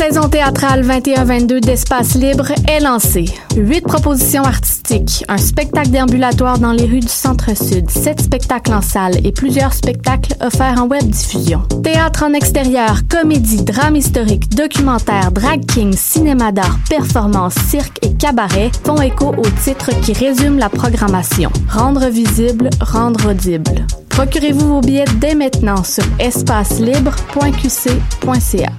saison théâtrale 21-22 d'Espace Libre est lancée. 8 propositions artistiques, un spectacle déambulatoire dans les rues du Centre-Sud, 7 spectacles en salle et plusieurs spectacles offerts en web diffusion. Théâtre en extérieur, comédie, drame historique, documentaire, drag king, cinéma d'art, performance, cirque et cabaret font écho aux titres qui résument la programmation. Rendre visible, rendre audible. Procurez-vous vos billets dès maintenant sur espacelibre.qc.ca.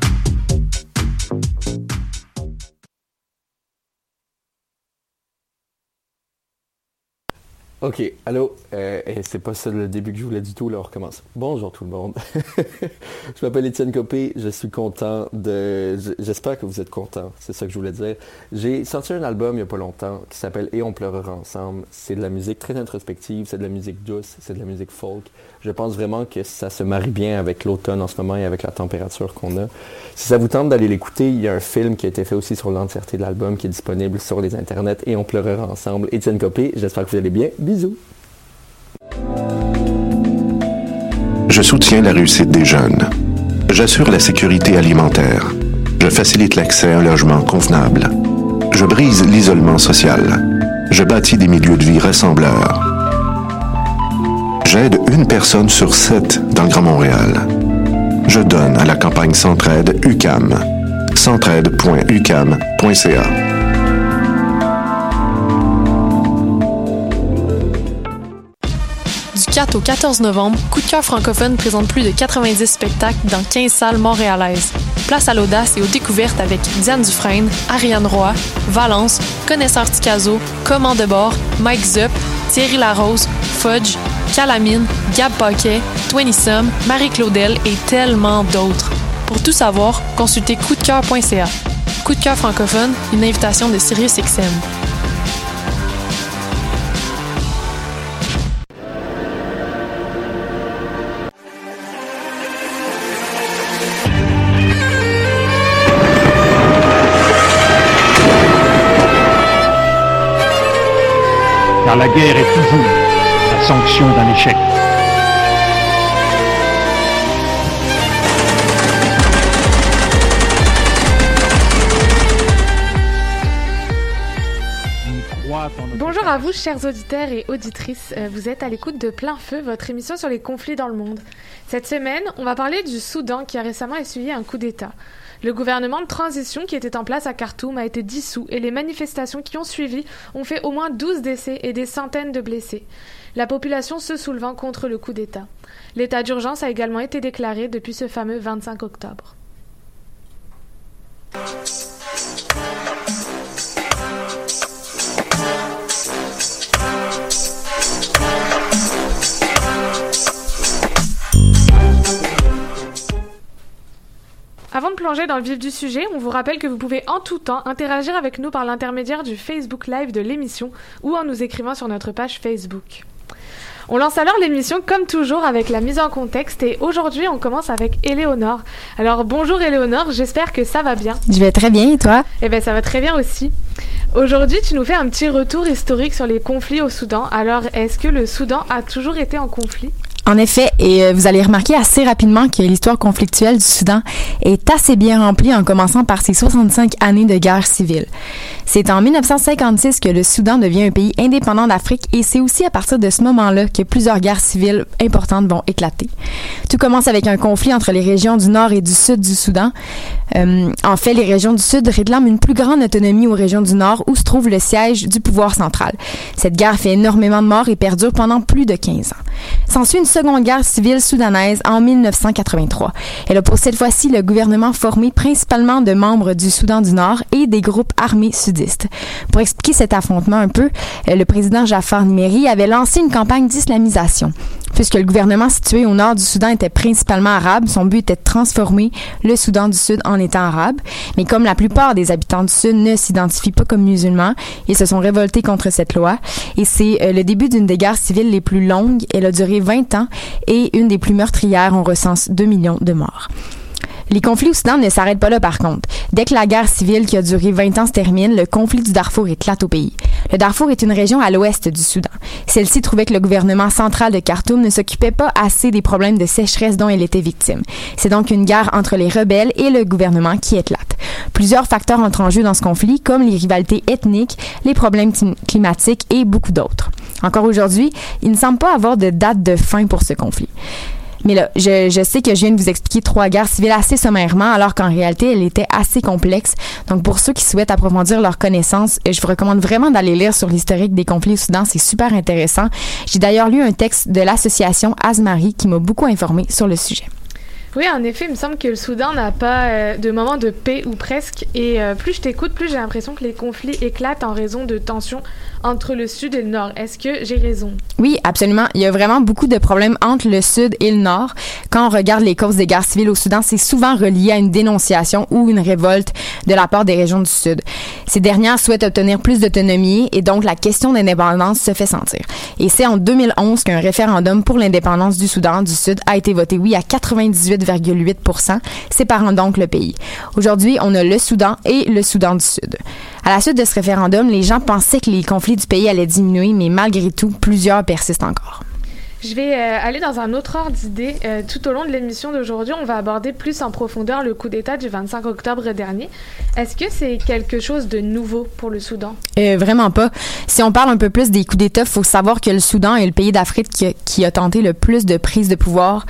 OK, allô, c'est pas ça le début que je voulais du tout, là, on recommence. Bonjour tout le monde. Je m'appelle Étienne Copé, je suis content j'espère que vous êtes contents, c'est ça que je voulais dire. J'ai sorti un album il y a pas longtemps qui s'appelle « Et on pleurera ensemble ». C'est de la musique très introspective, c'est de la musique douce, c'est de la musique folk. Je pense vraiment que ça se marie bien avec l'automne en ce moment et avec la température qu'on a. Si ça vous tente d'aller l'écouter, il y a un film qui a été fait aussi sur l'entièreté de l'album qui est disponible sur les internets « Et on pleurera ensemble ». Étienne Copé, j'espère que vous allez bien. Bisous. Je soutiens la réussite des jeunes. J'assure la sécurité alimentaire. Je facilite l'accès à un logement convenable. Je brise l'isolement social. Je bâtis des milieux de vie rassembleurs. J'aide une personne sur 7 dans le Grand Montréal. Je donne à la campagne Centraide UQAM. centraide.uqam.ca. Du 4 au 14 novembre, Coup de cœur francophone présente plus de 90 spectacles dans 15 salles montréalaises. Place à l'audace et aux découvertes avec Diane Dufresne, Ariane Roy, Valence, Connaisseur Ticazo, Command de bord, Mike Zup, Thierry Larose, Fudge, Calamine, Gab Paquet, Twenty Sum, Marie-Claudel et tellement d'autres. Pour tout savoir, consultez coupdecoeur.ca. Coup de cœur francophone, une invitation de SiriusXM. Car la guerre est toujours la sanction d'un échec. Bonjour à vous, chers auditeurs et auditrices. Vous êtes à l'écoute de Plein Feu, votre émission sur les conflits dans le monde. Cette semaine, on va parler du Soudan qui a récemment essuyé un coup d'État. Le gouvernement de transition qui était en place à Khartoum a été dissous et les manifestations qui ont suivi ont fait au moins 12 décès et des centaines de blessés. La population se soulevant contre le coup d'État. L'état d'urgence a également été déclaré depuis ce fameux 25 octobre. Avant de plonger dans le vif du sujet, on vous rappelle que vous pouvez en tout temps interagir avec nous par l'intermédiaire du Facebook Live de l'émission ou en nous écrivant sur notre page Facebook. On lance alors l'émission comme toujours avec la mise en contexte et aujourd'hui on commence avec Éléonore. Alors bonjour Éléonore, j'espère que ça va bien. Je vais très bien et toi? Eh bien ça va très bien aussi. Aujourd'hui tu nous fais un petit retour historique sur les conflits au Soudan. Alors est-ce que le Soudan a toujours été en conflit? En effet, et vous allez remarquer assez rapidement que l'histoire conflictuelle du Soudan est assez bien remplie en commençant par ses 65 années de guerre civile. C'est en 1956 que le Soudan devient un pays indépendant d'Afrique et c'est aussi à partir de ce moment-là que plusieurs guerres civiles importantes vont éclater. Tout commence avec un conflit entre les régions du nord et du sud du Soudan. En fait, les régions du sud réclament une plus grande autonomie aux régions du nord où se trouve le siège du pouvoir central. Cette guerre fait énormément de morts et perdure pendant plus de 15 ans. S'ensuit une seconde guerre civile soudanaise en 1983. Elle a pour cette fois-ci le gouvernement formé principalement de membres du Soudan du Nord et des groupes armés sudistes. Pour expliquer cet affrontement un peu, le président Jafar Nimeri avait lancé une campagne d'islamisation. Puisque le gouvernement situé au nord du Soudan était principalement arabe, son but était de transformer le Soudan du Sud en État arabe. Mais comme la plupart des habitants du Sud ne s'identifient pas comme musulmans, ils se sont révoltés contre cette loi. Et c'est le début d'une des guerres civiles les plus longues. Elle a duré 20 ans et une des plus meurtrières. On recense 2 millions de morts. Les conflits au Soudan ne s'arrêtent pas là, par contre. Dès que la guerre civile qui a duré 20 ans se termine, le conflit du Darfour éclate au pays. Le Darfour est une région à l'ouest du Soudan. Celle-ci trouvait que le gouvernement central de Khartoum ne s'occupait pas assez des problèmes de sécheresse dont elle était victime. C'est donc une guerre entre les rebelles et le gouvernement qui éclate. Plusieurs facteurs entrent en jeu dans ce conflit, comme les rivalités ethniques, les problèmes climatiques et beaucoup d'autres. Encore aujourd'hui, il ne semble pas avoir de date de fin pour ce conflit. Mais là, je sais que je viens de vous expliquer 3 guerres civiles assez sommairement, alors qu'en réalité, elle était assez complexe. Donc, pour ceux qui souhaitent approfondir leurs connaissances, je vous recommande vraiment d'aller lire sur l'historique des conflits au Soudan. C'est super intéressant. J'ai d'ailleurs lu un texte de l'association Azmari qui m'a beaucoup informé sur le sujet. Oui, en effet, il me semble que le Soudan n'a pas de moment de paix ou presque. Et plus je t'écoute, plus j'ai l'impression que les conflits éclatent en raison de tensions entre le Sud et le Nord. Est-ce que j'ai raison? Oui, absolument. Il y a vraiment beaucoup de problèmes entre le Sud et le Nord. Quand on regarde les causes des guerres civiles au Soudan, c'est souvent relié à une dénonciation ou une révolte de la part des régions du Sud. Ces dernières souhaitent obtenir plus d'autonomie et donc la question d'indépendance se fait sentir. Et c'est en 2011 qu'un référendum pour l'indépendance du Soudan du Sud a été voté oui à 98,8%, séparant donc le pays. Aujourd'hui, on a le Soudan et le Soudan du Sud. À la suite de ce référendum, les gens pensaient que les conflits du pays allaient diminuer, mais malgré tout, plusieurs persistent encore. Je vais aller dans un autre ordre d'idée. Tout au long de l'émission d'aujourd'hui, on va aborder plus en profondeur le coup d'État du 25 octobre dernier. Est-ce que c'est quelque chose de nouveau pour le Soudan? Vraiment pas. Si on parle un peu plus des coups d'État, il faut savoir que le Soudan est le pays d'Afrique qui a tenté le plus de prises de pouvoir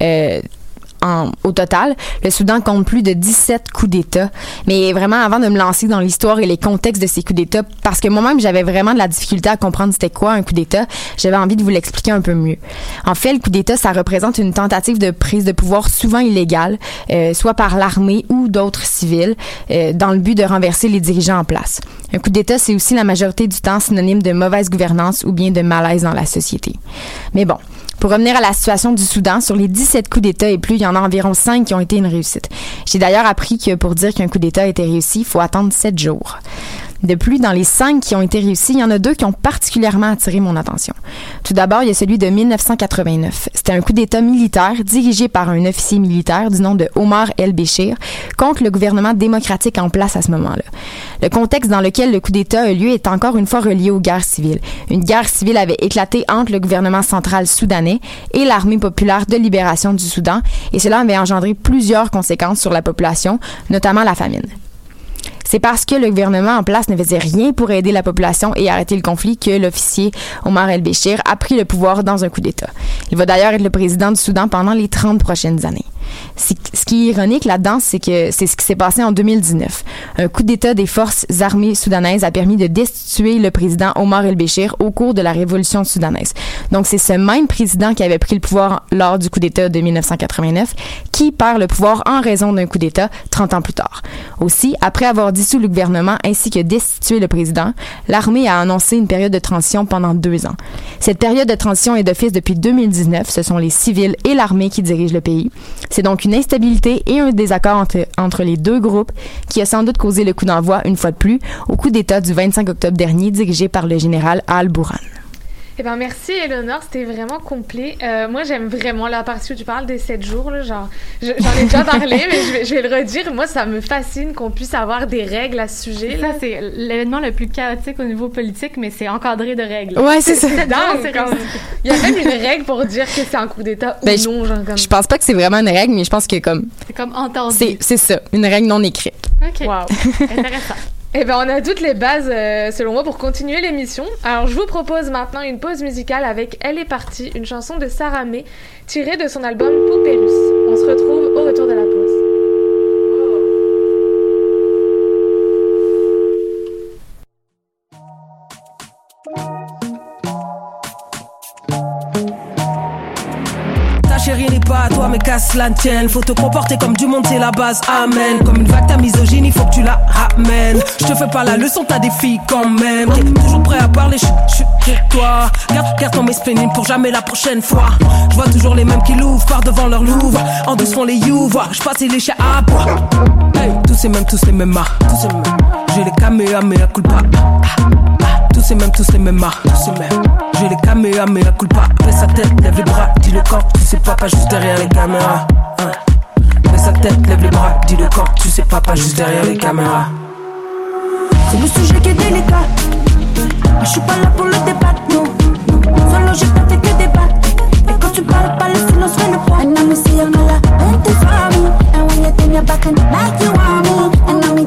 au total. Le Soudan compte plus de 17 coups d'État. Mais vraiment, avant de me lancer dans l'histoire et les contextes de ces coups d'État, parce que moi-même, j'avais vraiment de la difficulté à comprendre c'était quoi un coup d'État, j'avais envie de vous l'expliquer un peu mieux. En fait, le coup d'État, ça représente une tentative de prise de pouvoir souvent illégale, soit par l'armée ou d'autres civils, dans le but de renverser les dirigeants en place. Un coup d'État, c'est aussi la majorité du temps synonyme de mauvaise gouvernance ou bien de malaise dans la société. Mais bon, pour revenir à la situation du Soudan, sur les 17 coups d'État et plus, il y en a environ 5 qui ont été une réussite. J'ai d'ailleurs appris que pour dire qu'un coup d'État a été réussi, il faut attendre 7 jours. De plus, dans les 5 qui ont été réussis, il y en a 2 qui ont particulièrement attiré mon attention. Tout d'abord, il y a celui de 1989. C'était un coup d'État militaire dirigé par un officier militaire du nom de Omar el-Béchir contre le gouvernement démocratique en place à ce moment-là. Le contexte dans lequel le coup d'État a lieu est encore une fois relié aux guerres civiles. Une guerre civile avait éclaté entre le gouvernement central soudanais et l'armée populaire de libération du Soudan, et cela avait engendré plusieurs conséquences sur la population, notamment la famine. C'est parce que le gouvernement en place ne faisait rien pour aider la population et arrêter le conflit que l'officier Omar el-Béchir a pris le pouvoir dans un coup d'État. Il va d'ailleurs être le président du Soudan pendant les 30 prochaines années. Ce qui est ironique là-dedans, c'est que c'est ce qui s'est passé en 2019. Un coup d'État des forces armées soudanaises a permis de destituer le président Omar el-Béchir au cours de la révolution soudanaise. Donc, c'est ce même président qui avait pris le pouvoir lors du coup d'État de 1989 qui perd le pouvoir en raison d'un coup d'État 30 ans plus tard. Aussi, après avoir dissous le gouvernement ainsi que destitué le président, l'armée a annoncé une période de transition pendant 2 ans. Cette période de transition est d'office depuis 2019. Ce sont les civils et l'armée qui dirigent le pays. C'est donc une instabilité et un désaccord entre les deux groupes qui a sans doute causé le coup d'envoi, une fois de plus, au coup d'État du 25 octobre dernier dirigé par le général Al-Bourhan. Eh bien, merci, Eleonore. C'était vraiment complet. Moi, j'aime vraiment la partie où tu parles des 7 jours. Là, genre, j'en ai déjà parlé, mais je vais le redire. Moi, ça me fascine qu'on puisse avoir des règles à ce sujet. Là, c'est l'événement le plus chaotique au niveau politique, mais c'est encadré de règles. Ouais, c'est ça. C'est dingue. Il y a même une règle pour dire que c'est un coup d'État ou non. Genre, comme... Je pense pas que c'est vraiment une règle, mais je pense que comme... C'est comme entendu. C'est ça, une règle non écrite. OK. Wow. Intéressant. Eh bien, on a toutes les bases, selon moi, pour continuer l'émission. Alors, je vous propose maintenant une pause musicale avec Elle est partie, une chanson de Sarah May, tirée de son album Poupée russe. On se retrouve au retour de la pause. Chérie n'est pas à toi mais casse la tienne. Faut te comporter comme du monde, c'est la base, amen. Comme une vague ta misogynie, faut que tu la ramènes. Je te fais pas la leçon, t'as des filles quand même. T'es toujours prêt à parler, chut pour toi. Garde ton spleen pour jamais la prochaine fois. Je vois toujours les mêmes qui l'ouvrent par devant leur louvre. En douce font les youvois, je passe les chiens à bois. Hey, tous ces mêmes j'ai les kamehameha culpa. Tous ces mêmes j'ai les kamehameha culpa. Baisse sa tête, lève les bras, dis le quand tu sais pas juste derrière les caméras. Baisse sa tête, lève les bras, dis le quand tu sais pas juste derrière les caméras. C'est le sujet qui est délicat. Je suis pas là pour le débat, non. Solo je t'ai fait que débattre. Et quand tu parles pas, le silence fait le poids. And I'm see your color, and the family. And when you turn your back and back you want me. And I'm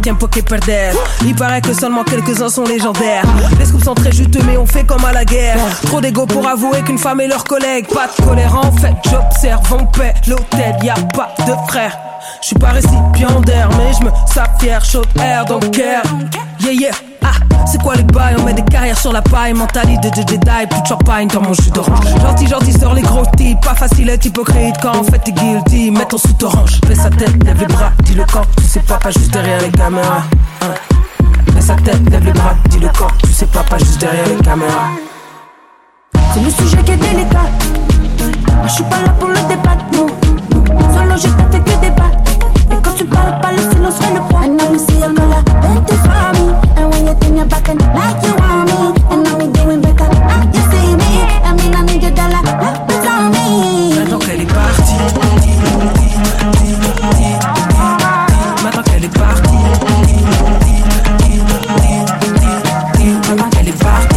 tiempo que perder. Il paraît que seulement quelques-uns sont légendaires. Les scoops sont très juteux mais on fait comme à la guerre. Trop d'ego pour avouer qu'une femme est leur collègue. Pas de colère en fait, j'observe, on paie l'hôtel, y'a pas de frère. J'suis pas récipiendaire mais j'me sens fier, chaud air, don't care. Yeah yeah, ah, c'est quoi les bails? On met des carrières sur la paille, mentalité de Jedi, plus de champagne dans mon jus d'orange. Gentil, sors les gros types, pas facile être hypocrite quand en fait t'es guilty. Mets ton sous orange, fais sa tête, lève les bras, dis le corps, tu sais pas juste derrière les caméras. Fais sa tête, lève les bras, dis le corps, tu sais pas juste derrière les caméras. C'est le sujet qui est délicat. J'suis pas là pour le débat, non. Solo j'ai pas fait que débat. Et quand tu parles pas, le silence fait le poids. And now we see your color, plenty for me. And when you think you're back and like you want me. And now we doing better, like you see me. I mean I need your dollar, put on me. Maintenant qu'elle est partie, maintenant qu'elle est partie, maintenant qu'elle est partie.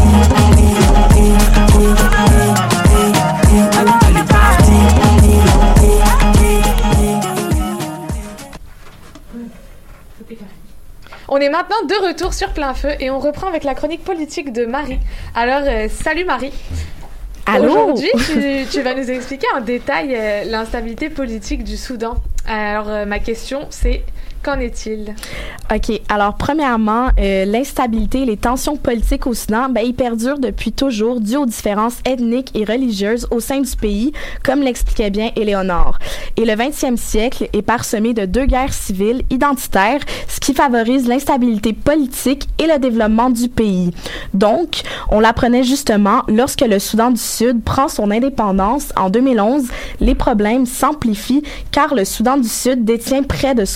On est maintenant de retour sur Plein Feu et on reprend avec la chronique politique de Marie. Alors, salut Marie. Allô? Aujourd'hui, tu vas nous expliquer en détail l'instabilité politique du Soudan. Alors, ma question, c'est qu'en est-il? OK. Alors, premièrement, l'instabilité et les tensions politiques au Soudan, ils perdurent depuis toujours dû aux différences ethniques et religieuses au sein du pays, comme l'expliquait bien Éléonore. Et le 20e siècle est parsemé de 2 guerres civiles identitaires, ce qui favorise l'instabilité politique et le développement du pays. Donc, on l'apprenait justement, lorsque le Soudan du Sud prend son indépendance en 2011, les problèmes s'amplifient car le Soudan du Sud détient près de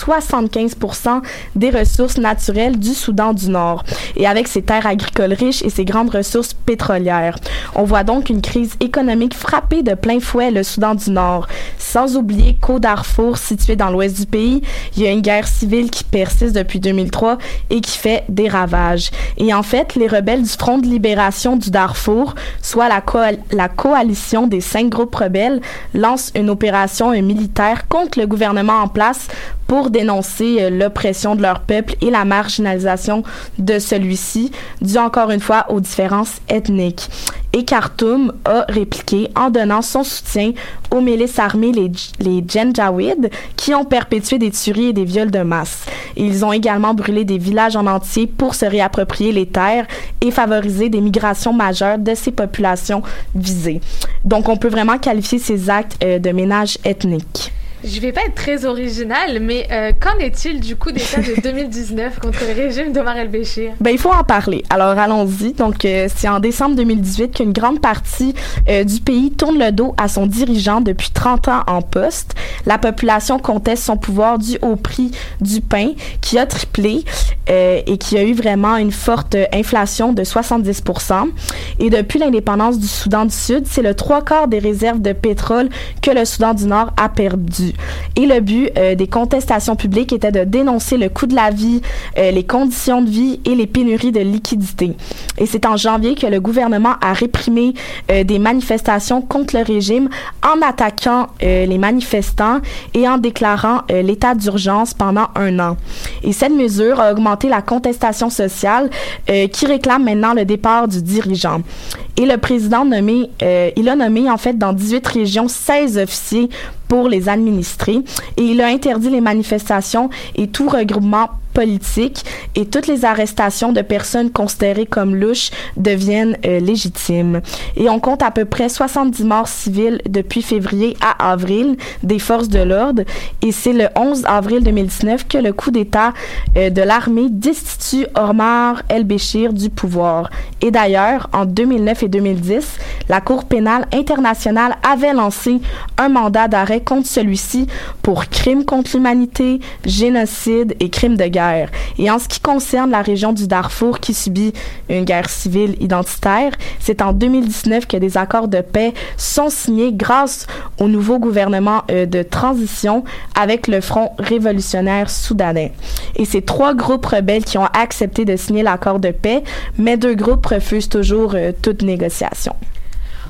75% des ressources naturelles du Soudan du Nord et avec ses terres agricoles riches et ses grandes ressources pétrolières. On voit donc une crise économique frapper de plein fouet le Soudan du Nord. Sans oublier qu'au Darfour, situé dans l'ouest du pays, il y a une guerre civile qui persiste depuis 2003 et qui fait des ravages. Et en fait, les rebelles du Front de libération du Darfour, soit la coalition des 5 groupes rebelles, lancent une opération militaire contre le gouvernement en place pour dénoncer l'oppression de leur peuple et la marginalisation de celui-ci, dû encore une fois aux différences ethniques. Et Khartoum a répliqué en donnant son soutien aux milices armées, les Janjaweed, qui ont perpétué des tueries et des viols de masse. Et ils ont également brûlé des villages en entier pour se réapproprier les terres et favoriser des migrations majeures de ces populations visées. Donc, on peut vraiment qualifier ces actes de ménage ethnique. Je vais pas être très originale, mais qu'en est-il du coup d'État de 2019 contre le régime d'Omar el-Béchir? Il faut en parler. Alors, allons-y. Donc, c'est en décembre 2018 qu'une grande partie du pays tourne le dos à son dirigeant depuis 30 ans en poste. La population conteste son pouvoir dû au prix du pain qui a triplé et qui a eu vraiment une forte inflation de 70%. Et depuis l'indépendance du Soudan du Sud, c'est le 3/4 des réserves de pétrole que le Soudan du Nord a perdu. Et le but des contestations publiques était de dénoncer le coût de la vie, les conditions de vie et les pénuries de liquidités. Et c'est en janvier que le gouvernement a réprimé des manifestations contre le régime en attaquant les manifestants et en déclarant l'état d'urgence pendant 1 an. Et cette mesure a augmenté la contestation sociale qui réclame maintenant le départ du dirigeant. Et le président il a nommé en fait dans 18 régions 16 officiers pour les administrer et il a interdit les manifestations et tout regroupement politique et toutes les arrestations de personnes considérées comme louches deviennent légitimes. Et on compte à peu près 70 morts civiles depuis février à avril des forces de l'ordre et c'est le 11 avril 2019 que le coup d'État de l'armée destitue Omar el-Béchir du pouvoir. Et d'ailleurs, en 2009 et 2010, la Cour pénale internationale avait lancé un mandat d'arrêt contre celui-ci pour crimes contre l'humanité, génocide et crimes de guerre. Et en ce qui concerne la région du Darfour qui subit une guerre civile identitaire, c'est en 2019 que des accords de paix sont signés grâce au nouveau gouvernement de transition avec le Front révolutionnaire soudanais. Et c'est 3 groupes rebelles qui ont accepté de signer l'accord de paix, mais 2 groupes refusent toujours toute négociation.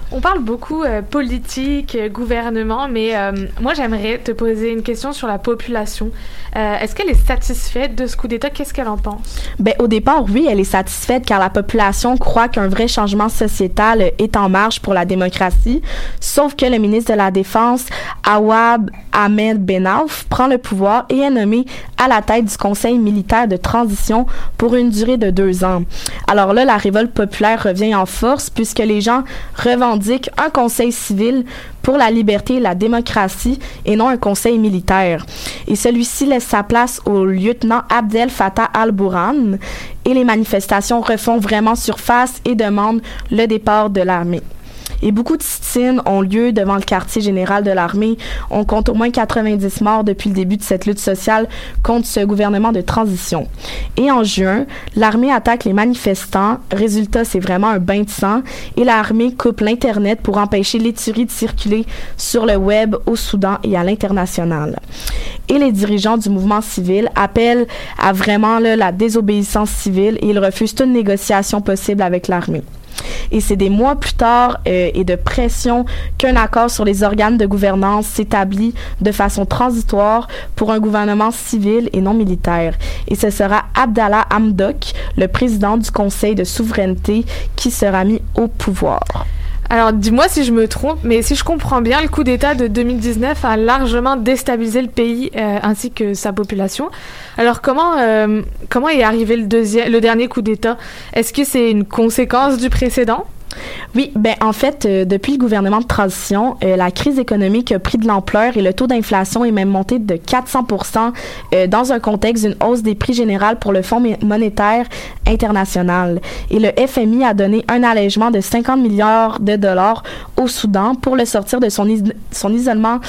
On parle beaucoup politique, gouvernement, mais moi j'aimerais te poser une question sur la population. Est-ce qu'elle est satisfaite de ce coup d'État? Qu'est-ce qu'elle en pense? Ben, au départ, oui, elle est satisfaite car la population croit qu'un vrai changement sociétal est en marche pour la démocratie. Sauf que le ministre de la Défense, Awad Ahmed Bennouf, prend le pouvoir et est nommé à la tête du Conseil militaire de transition pour une durée de 2 ans. Alors là, la révolte populaire revient en force puisque les gens revendiquent un conseil civil pour la liberté et la démocratie et non un conseil militaire. Et celui-ci laisse sa place au lieutenant Abdel Fattah al-Burhan et les manifestations refont vraiment surface et demandent le départ de l'armée. Et beaucoup de sit-ins ont lieu devant le quartier général de l'armée. On compte au moins 90 morts depuis le début de cette lutte sociale contre ce gouvernement de transition. Et en juin, l'armée attaque les manifestants. Résultat, c'est vraiment un bain de sang. Et l'armée coupe l'Internet pour empêcher les tueries de circuler sur le web au Soudan et à l'international. Et les dirigeants du mouvement civil appellent à vraiment la désobéissance civile et ils refusent toute négociation possible avec l'armée. Et c'est des mois plus tard et de pression qu'un accord sur les organes de gouvernance s'établit de façon transitoire pour un gouvernement civil et non militaire. Et ce sera Abdallah Hamdok, le président du Conseil de souveraineté, qui sera mis au pouvoir. Alors, dis-moi si je me trompe, mais si je comprends bien, le coup d'État de 2019 a largement déstabilisé le pays ainsi que sa population. Alors, comment est arrivé le dernier coup d'État? Est-ce que c'est une conséquence du précédent? Oui, ben en fait, depuis le gouvernement de transition, la crise économique a pris de l'ampleur et le taux d'inflation est même monté de 400% dans un contexte d'une hausse des prix générales pour le Fonds monétaire international. Et le FMI a donné un allègement de 50 milliards de dollars au Soudan pour le sortir de son isolement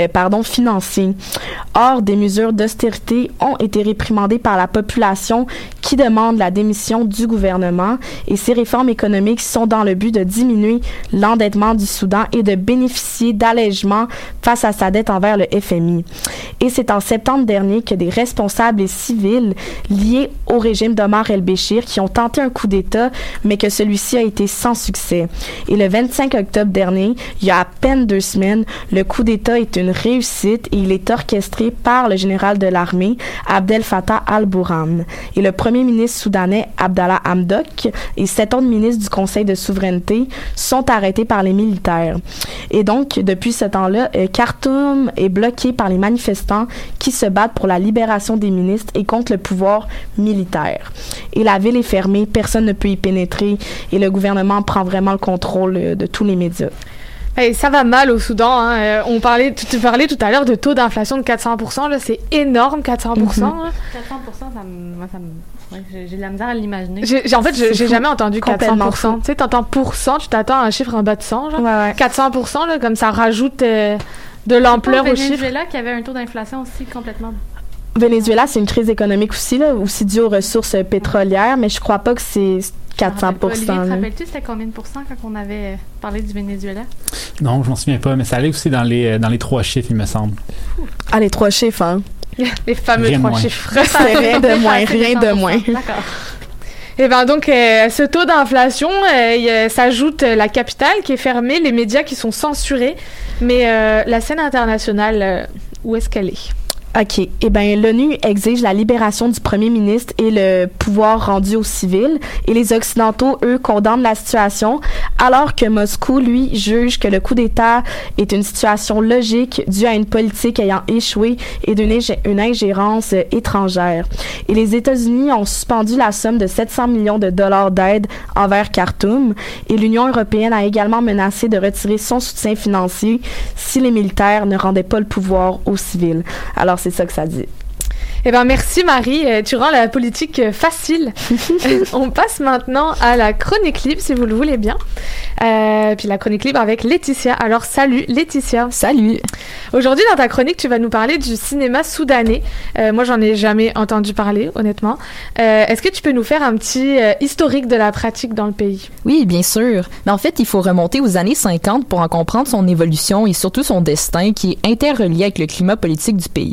financier. Or, des mesures d'austérité ont été réprimandées par la population qui demande la démission du gouvernement et ces réformes économiques sont dans le but de diminuer l'endettement du Soudan et de bénéficier d'allègements face à sa dette envers le FMI. Et c'est en septembre dernier que des responsables et civils liés au régime d'Omar el-Béchir qui ont tenté un coup d'État, mais que celui-ci a été sans succès. Et le 25 octobre dernier, il y a à peine 2 semaines, le coup d'État est une réussite et il est orchestré par le général de l'armée, Abdel Fattah al-Burhan. Et le premier ministre soudanais, Abdallah Hamdok, et 7 autres ministres du Conseil de souveraineté sont arrêtés par les militaires. Et donc, depuis ce temps-là, Khartoum est bloqué par les manifestants qui se battent pour la libération des ministres et contre le pouvoir militaire. Et la ville est fermée, personne ne peut y pénétrer et le gouvernement prend vraiment le contrôle de tous les médias. Hey, ça va mal au Soudan. Hein. Tu parlais tout à l'heure de taux d'inflation de 400%. Là, c'est énorme, 400%. 400%, j'ai de la misère à l'imaginer. En fait, j'ai jamais entendu 400%. Tu sais, t'entends pourcent, tu t'attends à un chiffre en bas de 100. Genre. Ouais. 400%, là, comme ça rajoute de l'ampleur au chiffre. Venezuela qui avait un taux d'inflation aussi complètement... Venezuela, c'est une crise économique aussi, là, aussi due aux ressources pétrolières, mais je crois pas que c'est 400%. Olivier, te rappelles-tu c'était combien de pourcents quand on avait parlé du Venezuela? Non, je m'en souviens pas, mais ça allait aussi dans les 3 chiffres, il me semble. Ah, les 3 chiffres, hein? Les fameux 3 chiffres. C'est rien de moins, rien de moins. D'accord. Et bien donc, ce taux d'inflation s'ajoute la capitale qui est fermée, les médias qui sont censurés, mais la scène internationale, où est-ce qu'elle est? OK. Eh bien, l'ONU exige la libération du premier ministre et le pouvoir rendu aux civils. Et les Occidentaux, eux, condamnent la situation, alors que Moscou, lui, juge que le coup d'État est une situation logique due à une politique ayant échoué et d'une ingérence étrangère. Et les États-Unis ont suspendu la somme de 700 millions de dollars d'aide envers Khartoum. Et l'Union européenne a également menacé de retirer son soutien financier si les militaires ne rendaient pas le pouvoir aux civils. Alors, c'est ça que ça dit. Eh bien, merci Marie. Tu rends la politique facile. On passe maintenant à la chronique libre, si vous le voulez bien. Puis la chronique libre avec Laetitia. Alors, salut Laetitia. Salut. Aujourd'hui, dans ta chronique, tu vas nous parler du cinéma soudanais. Moi, j'en ai jamais entendu parler, honnêtement. Est-ce que tu peux nous faire un petit historique de la pratique dans le pays? Oui, bien sûr. Mais en fait, il faut remonter aux années 50 pour en comprendre son évolution et surtout son destin qui est interrelié avec le climat politique du pays.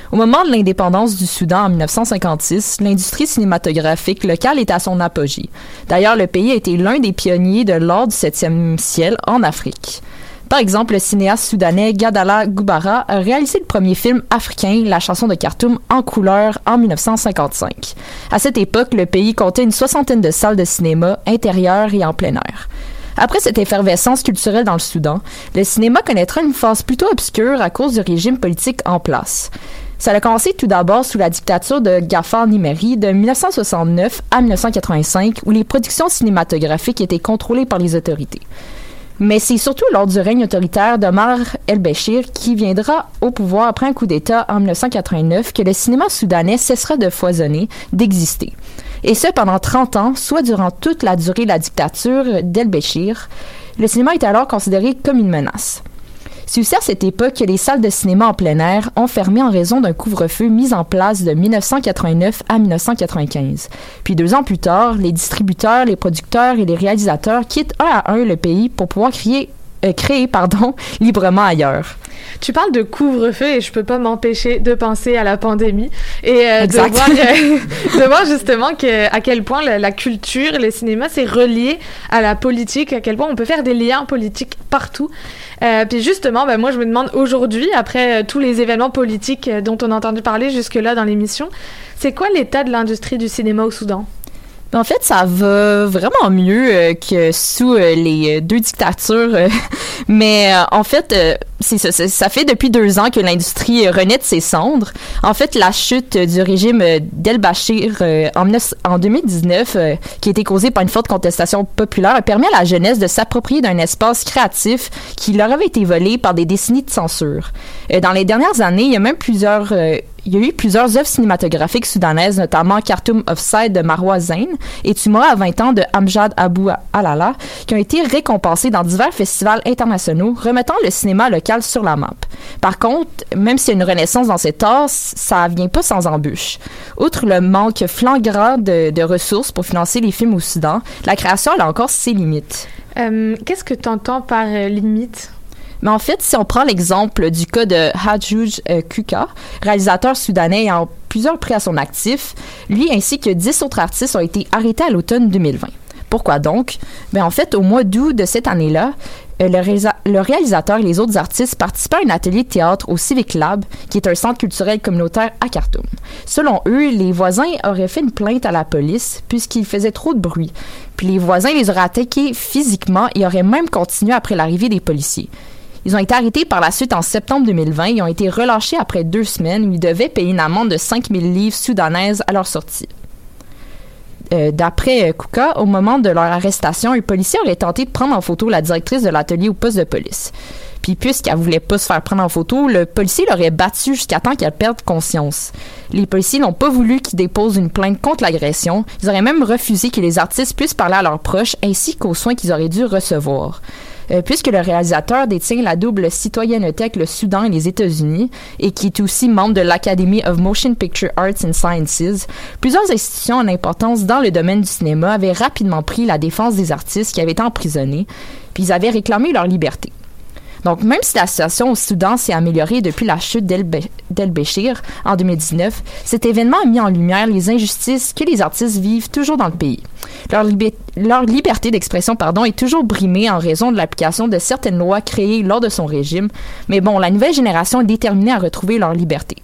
Au moment de l'indépendance du Soudan en 1956, l'industrie cinématographique locale est à son apogée. D'ailleurs, le pays a été l'un des pionniers de l'art du 7e ciel en Afrique. Par exemple, le cinéaste soudanais Gadala Goubara a réalisé le premier film africain, La chanson de Khartoum, en couleur en 1955. À cette époque, le pays comptait une 60aine de salles de cinéma, intérieures et en plein air. Après cette effervescence culturelle dans le Soudan, le cinéma connaîtra une phase plutôt obscure à cause du régime politique en place. Ça a commencé tout d'abord sous la dictature de Gaafar Nimeri de 1969 à 1985, où les productions cinématographiques étaient contrôlées par les autorités. Mais c'est surtout lors du règne autoritaire d'Omar el-Béchir, qui viendra au pouvoir après un coup d'État en 1989, que le cinéma soudanais cessera de foisonner, d'exister. Et ce, pendant 30 ans, soit durant toute la durée de la dictature d'el-Béchir. Le cinéma est alors considéré comme une menace. C'est aussi à cette époque que les salles de cinéma en plein air ont fermé en raison d'un couvre-feu mis en place de 1989 à 1995. Puis 2 ans plus tard, les distributeurs, les producteurs et les réalisateurs quittent un à un le pays pour pouvoir créer librement ailleurs. Tu parles de couvre-feu et je peux pas m'empêcher de penser à la pandémie et de voir justement à quel point la culture, le cinéma, c'est relié à la politique, à quel point on peut faire des liens politiques partout. Puis justement, moi je me demande aujourd'hui, après tous les événements politiques dont on a entendu parler jusque-là dans l'émission, c'est quoi l'état de l'industrie du cinéma au Soudan? En fait, ça va vraiment mieux que sous les 2 dictatures. Mais en fait, ça fait depuis 2 ans que l'industrie renaît de ses cendres. En fait, la chute du régime d'el-Béchir en 2019, qui a été causée par une forte contestation populaire, a permis à la jeunesse de s'approprier d'un espace créatif qui leur avait été volé par des décennies de censure. Dans les dernières années, il y a eu plusieurs œuvres cinématographiques soudanaises, notamment Khartoum Offside de Marwa Zain et Tumora à 20 ans de Amjad Abou Alala, qui ont été récompensés dans divers festivals internationaux, remettant le cinéma local sur la map. Par contre, même s'il y a une renaissance dans cet art, ça vient pas sans embûches. Outre le manque flagrant de ressources pour financer les films au Soudan, la création a encore ses limites. Qu'est-ce que tu entends par limite? Mais en fait, si on prend l'exemple du cas de Hadjouj Kuka, réalisateur soudanais ayant plusieurs prix à son actif, lui ainsi que 10 autres artistes ont été arrêtés à l'automne 2020. Pourquoi donc? En fait, au mois d'août de cette année-là, le réalisateur et les autres artistes participaient à un atelier de théâtre au Civic Lab, qui est un centre culturel communautaire à Khartoum. Selon eux, les voisins auraient fait une plainte à la police puisqu'ils faisaient trop de bruit. Puis les voisins les auraient attaqués physiquement et auraient même continué après l'arrivée des policiers. Ils ont été arrêtés par la suite en septembre 2020 et ont été relâchés après 2 semaines où ils devaient payer une amende de 5 000 livres soudanaises à leur sortie. D'après Kuka, au moment de leur arrestation, un policier aurait tenté de prendre en photo la directrice de l'atelier au poste de police. Puis puisqu'elle voulait pas se faire prendre en photo, le policier l'aurait battue jusqu'à temps qu'elle perde conscience. Les policiers n'ont pas voulu qu'ils déposent une plainte contre l'agression. Ils auraient même refusé que les artistes puissent parler à leurs proches ainsi qu'aux soins qu'ils auraient dû recevoir. Puisque le réalisateur détient la double citoyenneté avec le Soudan et les États-Unis et qui est aussi membre de l'Academy of Motion Picture Arts and Sciences, plusieurs institutions en importance dans le domaine du cinéma avaient rapidement pris la défense des artistes qui avaient été emprisonnés, puis ils avaient réclamé leur liberté. Donc, même si la situation au Soudan s'est améliorée depuis la chute d'el-Béchir en 2019, cet événement a mis en lumière les injustices que les artistes vivent toujours dans le pays. Leur liberté d'expression, est toujours brimée en raison de l'application de certaines lois créées lors de son régime, mais la nouvelle génération est déterminée à retrouver leur liberté.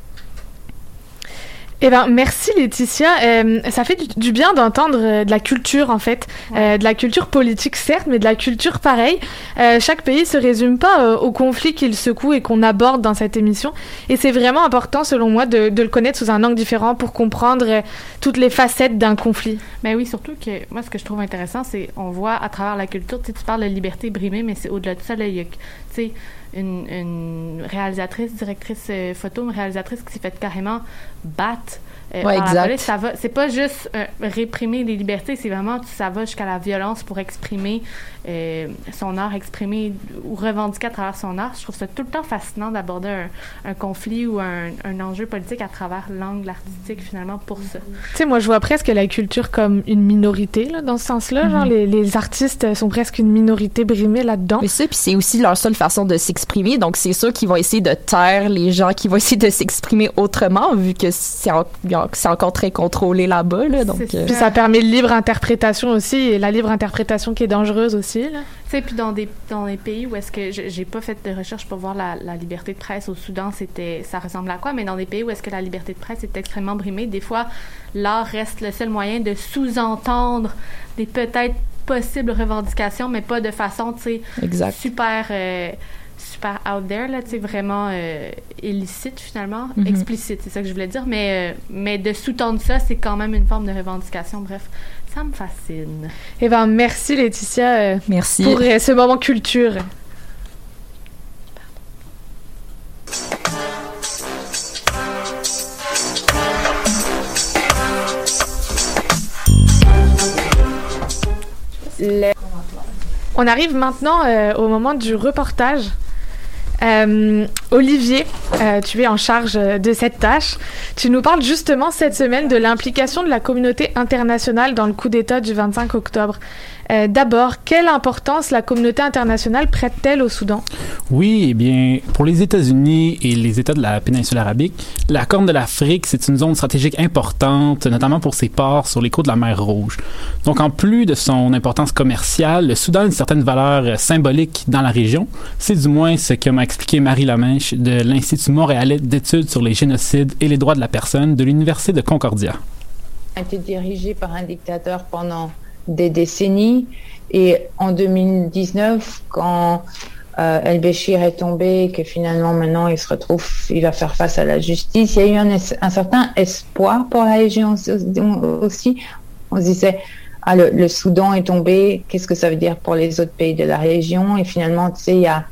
Merci Laetitia. Ça fait du bien d'entendre de la culture en fait, de la culture politique certes, mais de la culture pareil. Chaque pays se résume pas au conflit qu'il secoue et qu'on aborde dans cette émission. Et c'est vraiment important selon moi de le connaître sous un angle différent pour comprendre toutes les facettes d'un conflit. Mais oui, surtout que moi ce que je trouve intéressant, c'est on voit à travers la culture, tu parles de liberté brimée, mais c'est au-delà de ça, là, il y a une réalisatrice, directrice photo, une réalisatrice qui s'est fait carrément battre par exact. la police. Ça va, c'est pas juste réprimer les libertés, c'est vraiment ça va jusqu'à la violence pour exprimer son art, exprimer ou revendiquer à travers son art. Je trouve ça tout le temps fascinant d'aborder un conflit ou un enjeu politique à travers l'angle artistique finalement pour ça. Tu sais, moi je vois presque la culture comme une minorité là, dans ce sens-là. Genre les artistes sont presque une minorité brimée là-dedans. Mais ça, puis c'est aussi leur seule façon de s'exprimer. Donc c'est sûr qu'ils vont essayer de taire les gens qui vont essayer de s'exprimer autrement, vu que c'est encore très contrôlé là-bas. Là, donc, Puis ça permet de libre interprétation aussi, et la libre interprétation qui est dangereuse aussi. Là. Tu sais, puis dans des pays où est-ce que j'ai pas fait de recherche pour voir la liberté de presse au Soudan, ça ressemble à quoi, mais dans des pays où est-ce que la liberté de presse est extrêmement brimée, des fois l'art reste le seul moyen de sous-entendre des peut-être possibles revendications, mais pas de façon, tu sais, super out there, là, tu sais, vraiment illicite finalement, explicite, c'est ça que je voulais dire, mais de sous-tendre ça, c'est quand même une forme de revendication, bref. Ça me fascine. Eh bien, merci Laetitia merci. Pour ce moment culture. On arrive maintenant au moment du reportage. Olivier, tu es en charge de cette tâche. Tu nous parles justement cette semaine de l'implication de la communauté internationale dans le coup d'État du 25 octobre. D'abord, quelle importance la communauté internationale prête-t-elle au Soudan? Oui, eh bien, pour les États-Unis et les États de la péninsule arabique, la Corne de l'Afrique, c'est une zone stratégique importante, notamment pour ses ports sur les côtes de la mer Rouge. Donc, en plus de son importance commerciale, le Soudan a une certaine valeur symbolique dans la région. C'est du moins ce que m'a expliqué Marie Lamèche de l'Institut montréalais d'études sur les génocides et les droits de la personne de l'Université de Concordia. A été dirigé par un dictateur pendant des décennies, et en 2019, quand El-Béchir est tombé et que finalement maintenant il va faire face à la justice, il y a eu un certain espoir pour la région aussi. On se disait, le Soudan est tombé, qu'est-ce que ça veut dire pour les autres pays de la région? Et finalement, tu sais,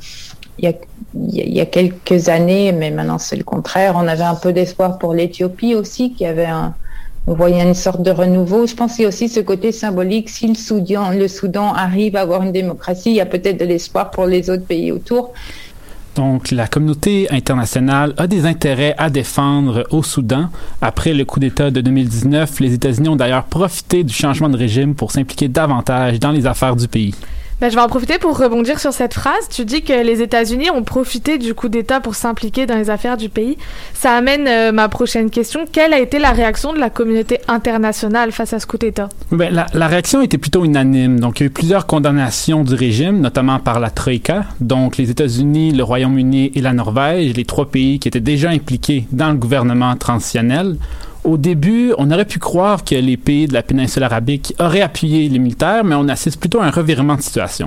il y a quelques années, mais maintenant c'est le contraire, on avait un peu d'espoir pour l'Éthiopie aussi, qui avait on voyait une sorte de renouveau. Je pense qu'il y a aussi ce côté symbolique. Si le Soudan arrive à avoir une démocratie, il y a peut-être de l'espoir pour les autres pays autour. Donc, la communauté internationale a des intérêts à défendre au Soudan. Après le coup d'État de 2019, les États-Unis ont d'ailleurs profité du changement de régime pour s'impliquer davantage dans les affaires du pays. Ben, je vais en profiter pour rebondir sur cette phrase. Tu dis que les États-Unis ont profité du coup d'État pour s'impliquer dans les affaires du pays. Ça amène ma prochaine question. Quelle a été la réaction de la communauté internationale face à ce coup d'État? Ben, la réaction était plutôt unanime. Donc, il y a eu plusieurs condamnations du régime, notamment par la Troïka, donc les États-Unis, le Royaume-Uni et la Norvège, les trois pays qui étaient déjà impliqués dans le gouvernement transitionnel. Au début, on aurait pu croire que les pays de la péninsule arabique auraient appuyé les militaires, mais on assiste plutôt à un revirement de situation.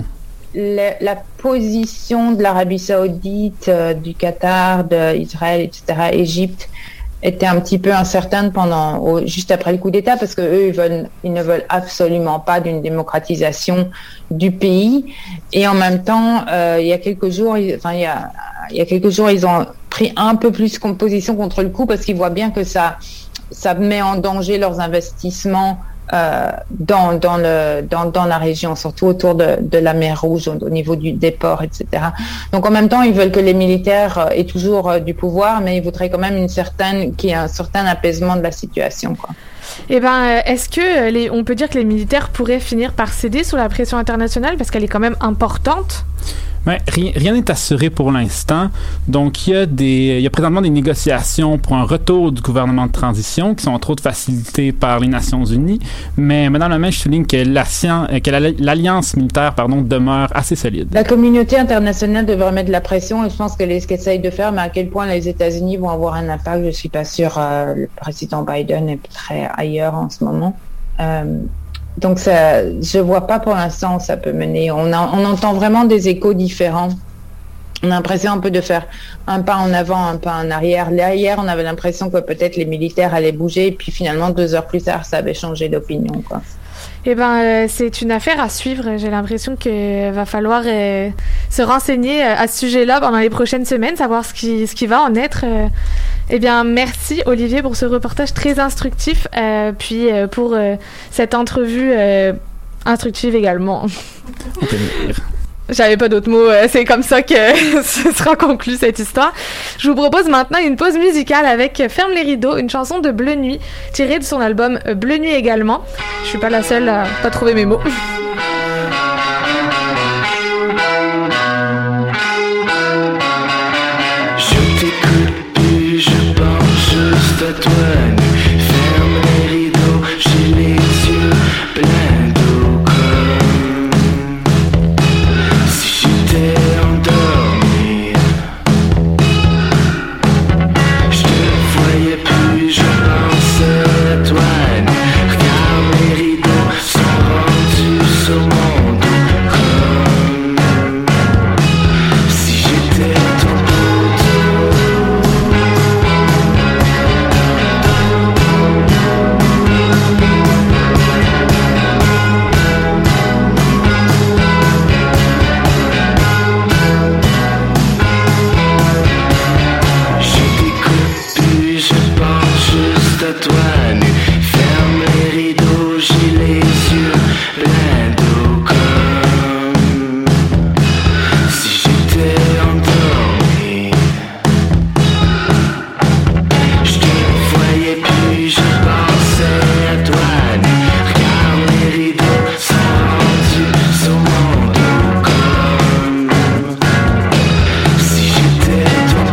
La position de l'Arabie Saoudite, du Qatar, d'Israël, etc., Égypte, était un petit peu incertaine juste après le coup d'État, parce que eux, ils ne veulent absolument pas d'une démocratisation du pays. Et en même temps, il y a quelques jours, ils ont pris un peu plus position contre le coup, parce qu'ils voient bien que ça met en danger leurs investissements dans la région, surtout autour de la mer Rouge, au niveau des ports, etc. Donc en même temps, ils veulent que les militaires aient toujours du pouvoir, mais ils voudraient quand même qu'il y ait un certain apaisement de la situation, quoi. Eh ben, est-ce que on peut dire que les militaires pourraient finir par céder sous la pression internationale, parce qu'elle est quand même importante? Mais rien n'est assuré pour l'instant. Donc, il y a présentement des négociations pour un retour du gouvernement de transition qui sont entre autres facilitées par les Nations Unies. Mais Mme Lamèche souligne que l'alliance militaire demeure assez solide. La communauté internationale devrait mettre de la pression, et je pense que ce qu'ils essayent de faire, mais à quel point les États-Unis vont avoir un impact, je ne suis pas sûre. Le président Biden est très ailleurs en ce moment. Donc, je vois pas pour l'instant où ça peut mener. On entend vraiment des échos différents. On a l'impression un peu de faire un pas en avant, un pas en arrière. Hier, on avait l'impression que peut-être les militaires allaient bouger, et puis finalement, 2 heures plus tard, ça avait changé d'opinion, quoi. Eh ben, c'est une affaire à suivre. J'ai l'impression qu'il va falloir se renseigner à ce sujet-là pendant les prochaines semaines, savoir ce qui va en être. Eh bien, merci Olivier pour ce reportage très instructif, puis pour cette entrevue instructive également. J'avais pas d'autres mots, c'est comme ça que ce sera conclu cette histoire. Je vous propose maintenant une pause musicale avec Ferme les rideaux, une chanson de Bleu Nuit, tirée de son album Bleu Nuit également. Je suis pas la seule à pas trouver mes mots. Je t'écoute plus, je pense juste à toi. Ferme les rideaux, j'ai les yeux pleins d'eau comme si j'étais endormi. Je te voyais plus, je pensais à toi. Regarde, les rideaux sont rendus sur mon dos comme si j'étais ton à toi nu, ferme les rideaux, j'ai les yeux pleins d'eau comme si j'étais endormi. Je te voyais plus, je pensais à toi nu, regarde les rideaux sont rendus sur mon dos comme si j'étais ton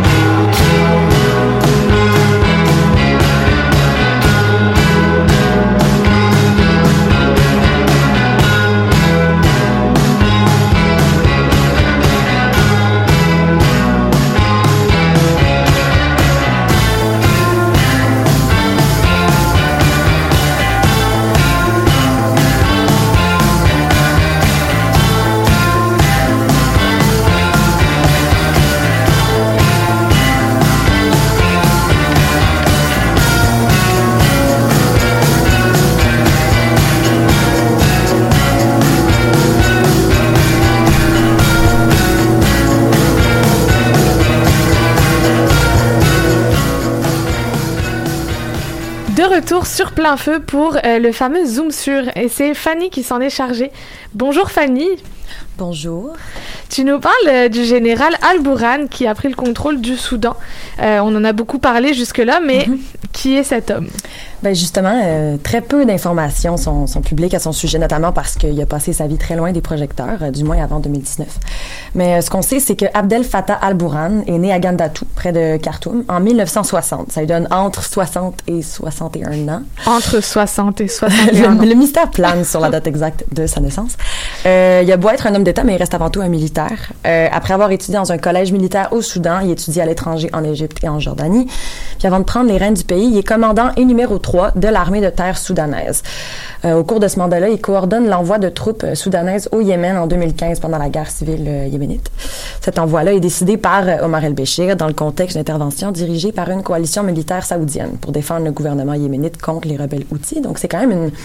Retour sur Plein Feu pour le fameux Zoom sur, et c'est Fanny qui s'en est chargée. Bonjour Fanny. Bonjour. Tu nous parles du général Al-Bourhan qui a pris le contrôle du Soudan. On en a beaucoup parlé jusque-là, mais qui est cet homme? Ben justement, très peu d'informations sont publiques à son sujet, notamment parce qu'il a passé sa vie très loin des projecteurs, du moins avant 2019. Mais ce qu'on sait, c'est que Abdel Fattah Al-Bourhan est né à Gandatou, près de Khartoum, en 1960. Ça lui donne entre 60 et 61 ans. Entre 60 et 61 ans. Le mystère plane sur la date exacte de sa naissance. Il a beau être un homme d'État, mais il reste avant tout un militaire. Après avoir étudié dans un collège militaire au Soudan, il étudie à l'étranger en Égypte et en Jordanie. Puis avant de prendre les rênes du pays, il est commandant et numéro 3 de l'armée de terre soudanaise. Au cours de ce mandat-là, il coordonne l'envoi de troupes soudanaises au Yémen en 2015 pendant la guerre civile yéménite. Cet envoi-là est décidé par Omar El-Béchir dans le contexte d'intervention dirigée par une coalition militaire saoudienne pour défendre le gouvernement yéménite contre les rebelles Houthis. Donc c'est quand même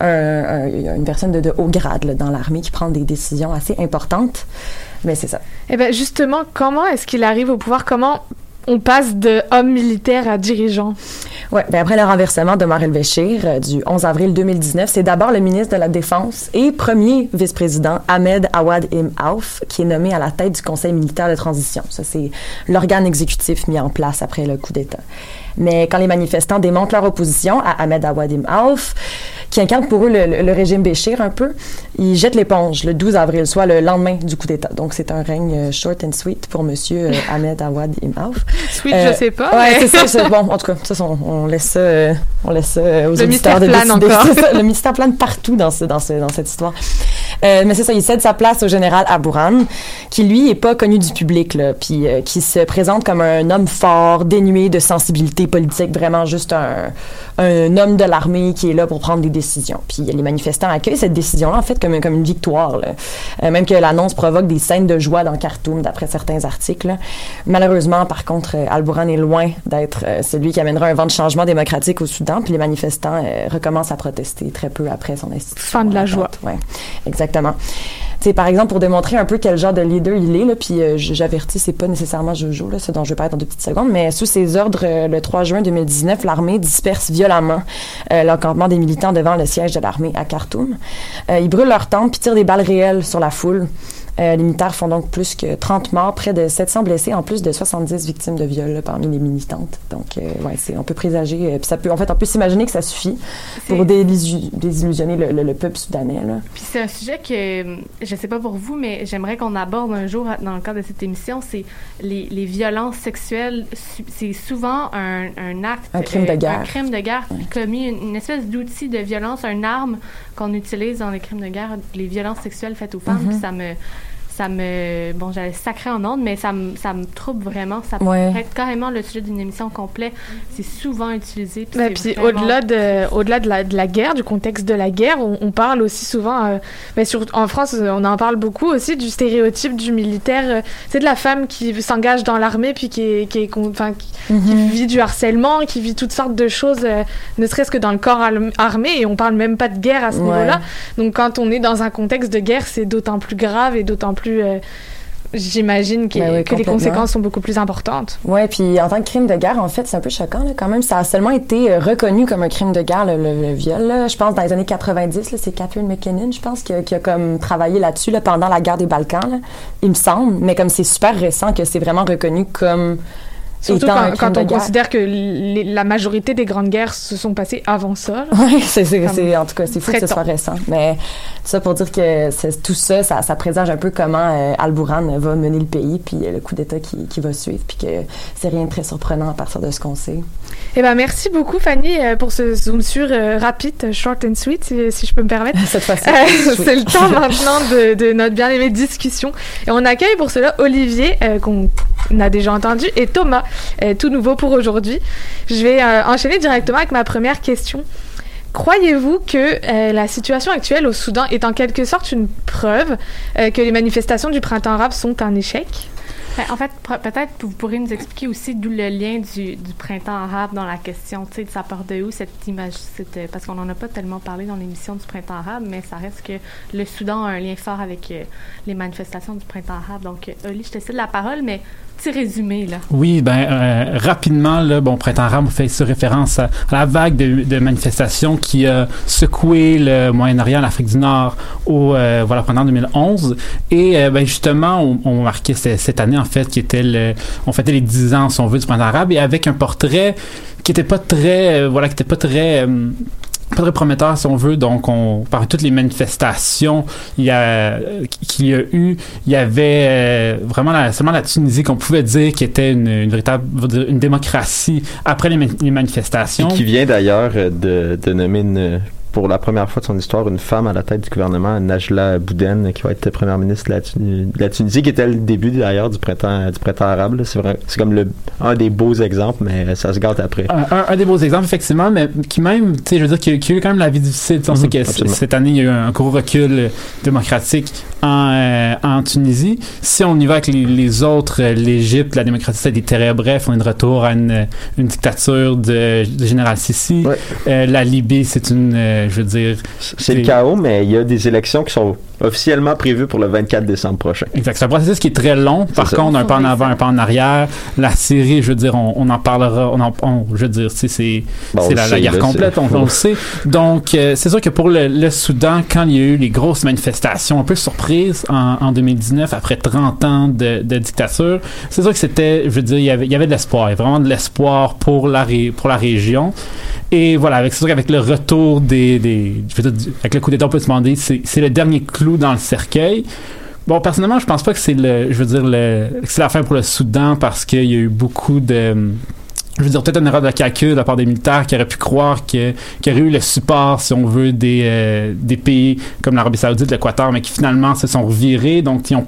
une personne de haut grade là, dans l'armée qui prend des décisions assez importantes. Mais c'est ça. Eh bien justement, comment est-ce qu'il arrive au pouvoir? Comment on passe de homme militaire à dirigeant? Ouais, ben après le renversement d'Omar El-Béchir du 11 avril 2019, c'est d'abord le ministre de la Défense et premier vice-président Ahmed Awad Ibn Auf qui est nommé à la tête du Conseil militaire de transition. Ça, c'est l'organe exécutif mis en place après le coup d'État. Mais quand les manifestants démontrent leur opposition à Ahmed Awad Ibn Auf, qui incarne pour eux le régime Béchir un peu, ils jettent l'éponge le 12 avril, soit le lendemain du coup d'État. Donc c'est un règne short and sweet pour monsieur Ahmed Awad Ibn Auf. Sweet, je sais pas. Ouais, c'est ça. C'est, bon, en tout cas, ça, on laisse ça aux auditeurs de décider. Encore. C'est ça, le mystère plane partout dans cette histoire. Mais c'est ça, il cède sa place au général Al-Bourhan, qui lui est pas connu du public, là, puis qui se présente comme un homme fort, dénué de sensibilité politique, vraiment juste un homme de l'armée qui est là pour prendre des décisions. Puis les manifestants accueillent cette décision-là, en fait, comme une victoire, là. Même que l'annonce provoque des scènes de joie dans Khartoum, d'après certains articles, là. Malheureusement, par contre, Al-Bourhan est loin d'être celui qui amènera un vent de changement démocratique au Soudan, puis les manifestants recommencent à protester très peu après son institution. Fin de la joie. Ouais, exactement. sais, par exemple, pour démontrer un peu quel genre de leader il est, là, puis j'avertis, c'est pas nécessairement Jojo, là, ce dont je vais parler dans 2 petites secondes, mais sous ses ordres, le 3 juin 2019, l'armée disperse violemment l'encampement des militants devant le siège de l'armée à Khartoum. Ils brûlent leurs tentes puis tirent des balles réelles sur la foule. Les militaires font donc plus que 30 morts, près de 700 blessés, en plus de 70 victimes de viol là, parmi les militantes. Donc, on peut présager, puis on peut s'imaginer que ça suffit pour désillusionner le peuple soudanais. Là. Puis c'est un sujet que, je sais pas pour vous, mais j'aimerais qu'on aborde un jour dans le cadre de cette émission, c'est les violences sexuelles. C'est souvent un acte... Un crime de guerre. Un crime de guerre commis, une espèce d'outil de violence, une arme qu'on utilise dans les crimes de guerre, les violences sexuelles faites aux femmes, puis j'allais sacrer en ondes, mais ça me trouble vraiment. Ça pourrait être carrément le sujet d'une émission complète. C'est souvent utilisé. Puis au-delà de la guerre, du contexte de la guerre, on parle aussi souvent, en France, on en parle beaucoup aussi du stéréotype du militaire, c'est de la femme qui s'engage dans l'armée puis qui vit du harcèlement, qui vit toutes sortes de choses, ne serait-ce que dans le corps armé, et on parle même pas de guerre à ce niveau-là. Donc quand on est dans un contexte de guerre, c'est d'autant plus grave et d'autant plus j'imagine que les conséquences sont beaucoup plus importantes. Oui, puis en tant que crime de guerre, en fait, c'est un peu choquant, là, quand même. Ça a seulement été reconnu comme un crime de guerre, le viol. Là. Je pense dans les années 90, là, c'est Catherine McKinnon, je pense, qui a comme travaillé là-dessus là, pendant la guerre des Balkans, là, il me semble. Mais comme c'est super récent que c'est vraiment reconnu comme... Surtout quand on considère que la majorité des grandes guerres se sont passées avant ça. Oui, en tout cas, c'est fou que ce soit récent. Mais ça pour dire que tout ça présage un peu comment Al-Bourhan va mener le pays, puis le coup d'État qui va suivre, puis que c'est rien de très surprenant à partir de ce qu'on sait. Eh ben, merci beaucoup, Fanny, pour ce zoom sur rapide, short and sweet, si je peux me permettre. Cette fois-ci. C'est le temps maintenant de notre bien-aimée discussion. Et on accueille pour cela Olivier, qu'on a déjà entendu, et Thomas, tout nouveau pour aujourd'hui. Je vais enchaîner directement avec ma première question. Croyez-vous que la situation actuelle au Soudan est en quelque sorte une preuve que les manifestations du printemps arabe sont un échec? En fait, peut-être vous pourrez nous expliquer aussi d'où le lien du printemps arabe dans la question, tu sais, ça part de où cette image, parce qu'on n'en a pas tellement parlé dans l'émission du printemps arabe, mais ça reste que le Soudan a un lien fort avec les manifestations du printemps arabe. Donc, Oli, je te cède la parole, mais petit résumé, là. Oui, rapidement, là, printemps arabe fait référence à la vague de manifestations qui a secoué le Moyen-Orient, l'Afrique du Nord pendant 2011. Et justement, on marquait cette année, en fait, on fêtait les 10 ans, si on veut, du printemps arabe, et avec un portrait qui était pas très prometteur, si on veut. Donc, parmi toutes les manifestations qu'il y a eu, il y avait vraiment seulement la Tunisie qu'on pouvait dire qui était une véritable une démocratie après les manifestations. Et qui vient d'ailleurs de nommer pour la première fois de son histoire, une femme à la tête du gouvernement, Najla Bouden, qui va être première ministre de la Tunisie, qui était le début d'ailleurs du printemps arabe. Là. C'est vrai, c'est comme un des beaux exemples, mais ça se gâte après. Un des beaux exemples, effectivement, mais qui même, tu sais, je veux dire, qui a eu quand même la vie difficile. On sait que cette année, il y a eu un gros recul démocratique en Tuninisy. Si on y va avec les autres, l'Égypte, la démocratie, c'est des terrains brefs, on est de retour à une dictature de général Sissi. Ouais. La Libye, c'est c'est le chaos, mais il y a des élections qui sont officiellement prévues pour le 24 décembre prochain. Exact. C'est un processus qui est très long. Par contre, un pas en avant, un pas en arrière. La Syrie, on en parlera. C'est la guerre complète, on le sait. Donc, c'est sûr que pour le Soudan, quand il y a eu les grosses manifestations un peu surprises en 2019, après 30 ans de dictature, c'est sûr que c'était, il y avait de l'espoir. Il y avait vraiment de l'espoir pour la région. Et voilà, c'est sûr qu'avec le retour avec le coup d'État, on peut se demander, c'est le dernier clou dans le cercueil. Bon, personnellement, je pense pas que c'est c'est la fin pour le Soudan parce qu'il y a eu beaucoup de... peut-être une erreur de calcul de la part des militaires qui auraient pu croire qu'il y aurait eu le support, si on veut, des pays comme l'Arabie Saoudite, l'Équateur, mais qui finalement se sont revirés. Donc, ils n'ont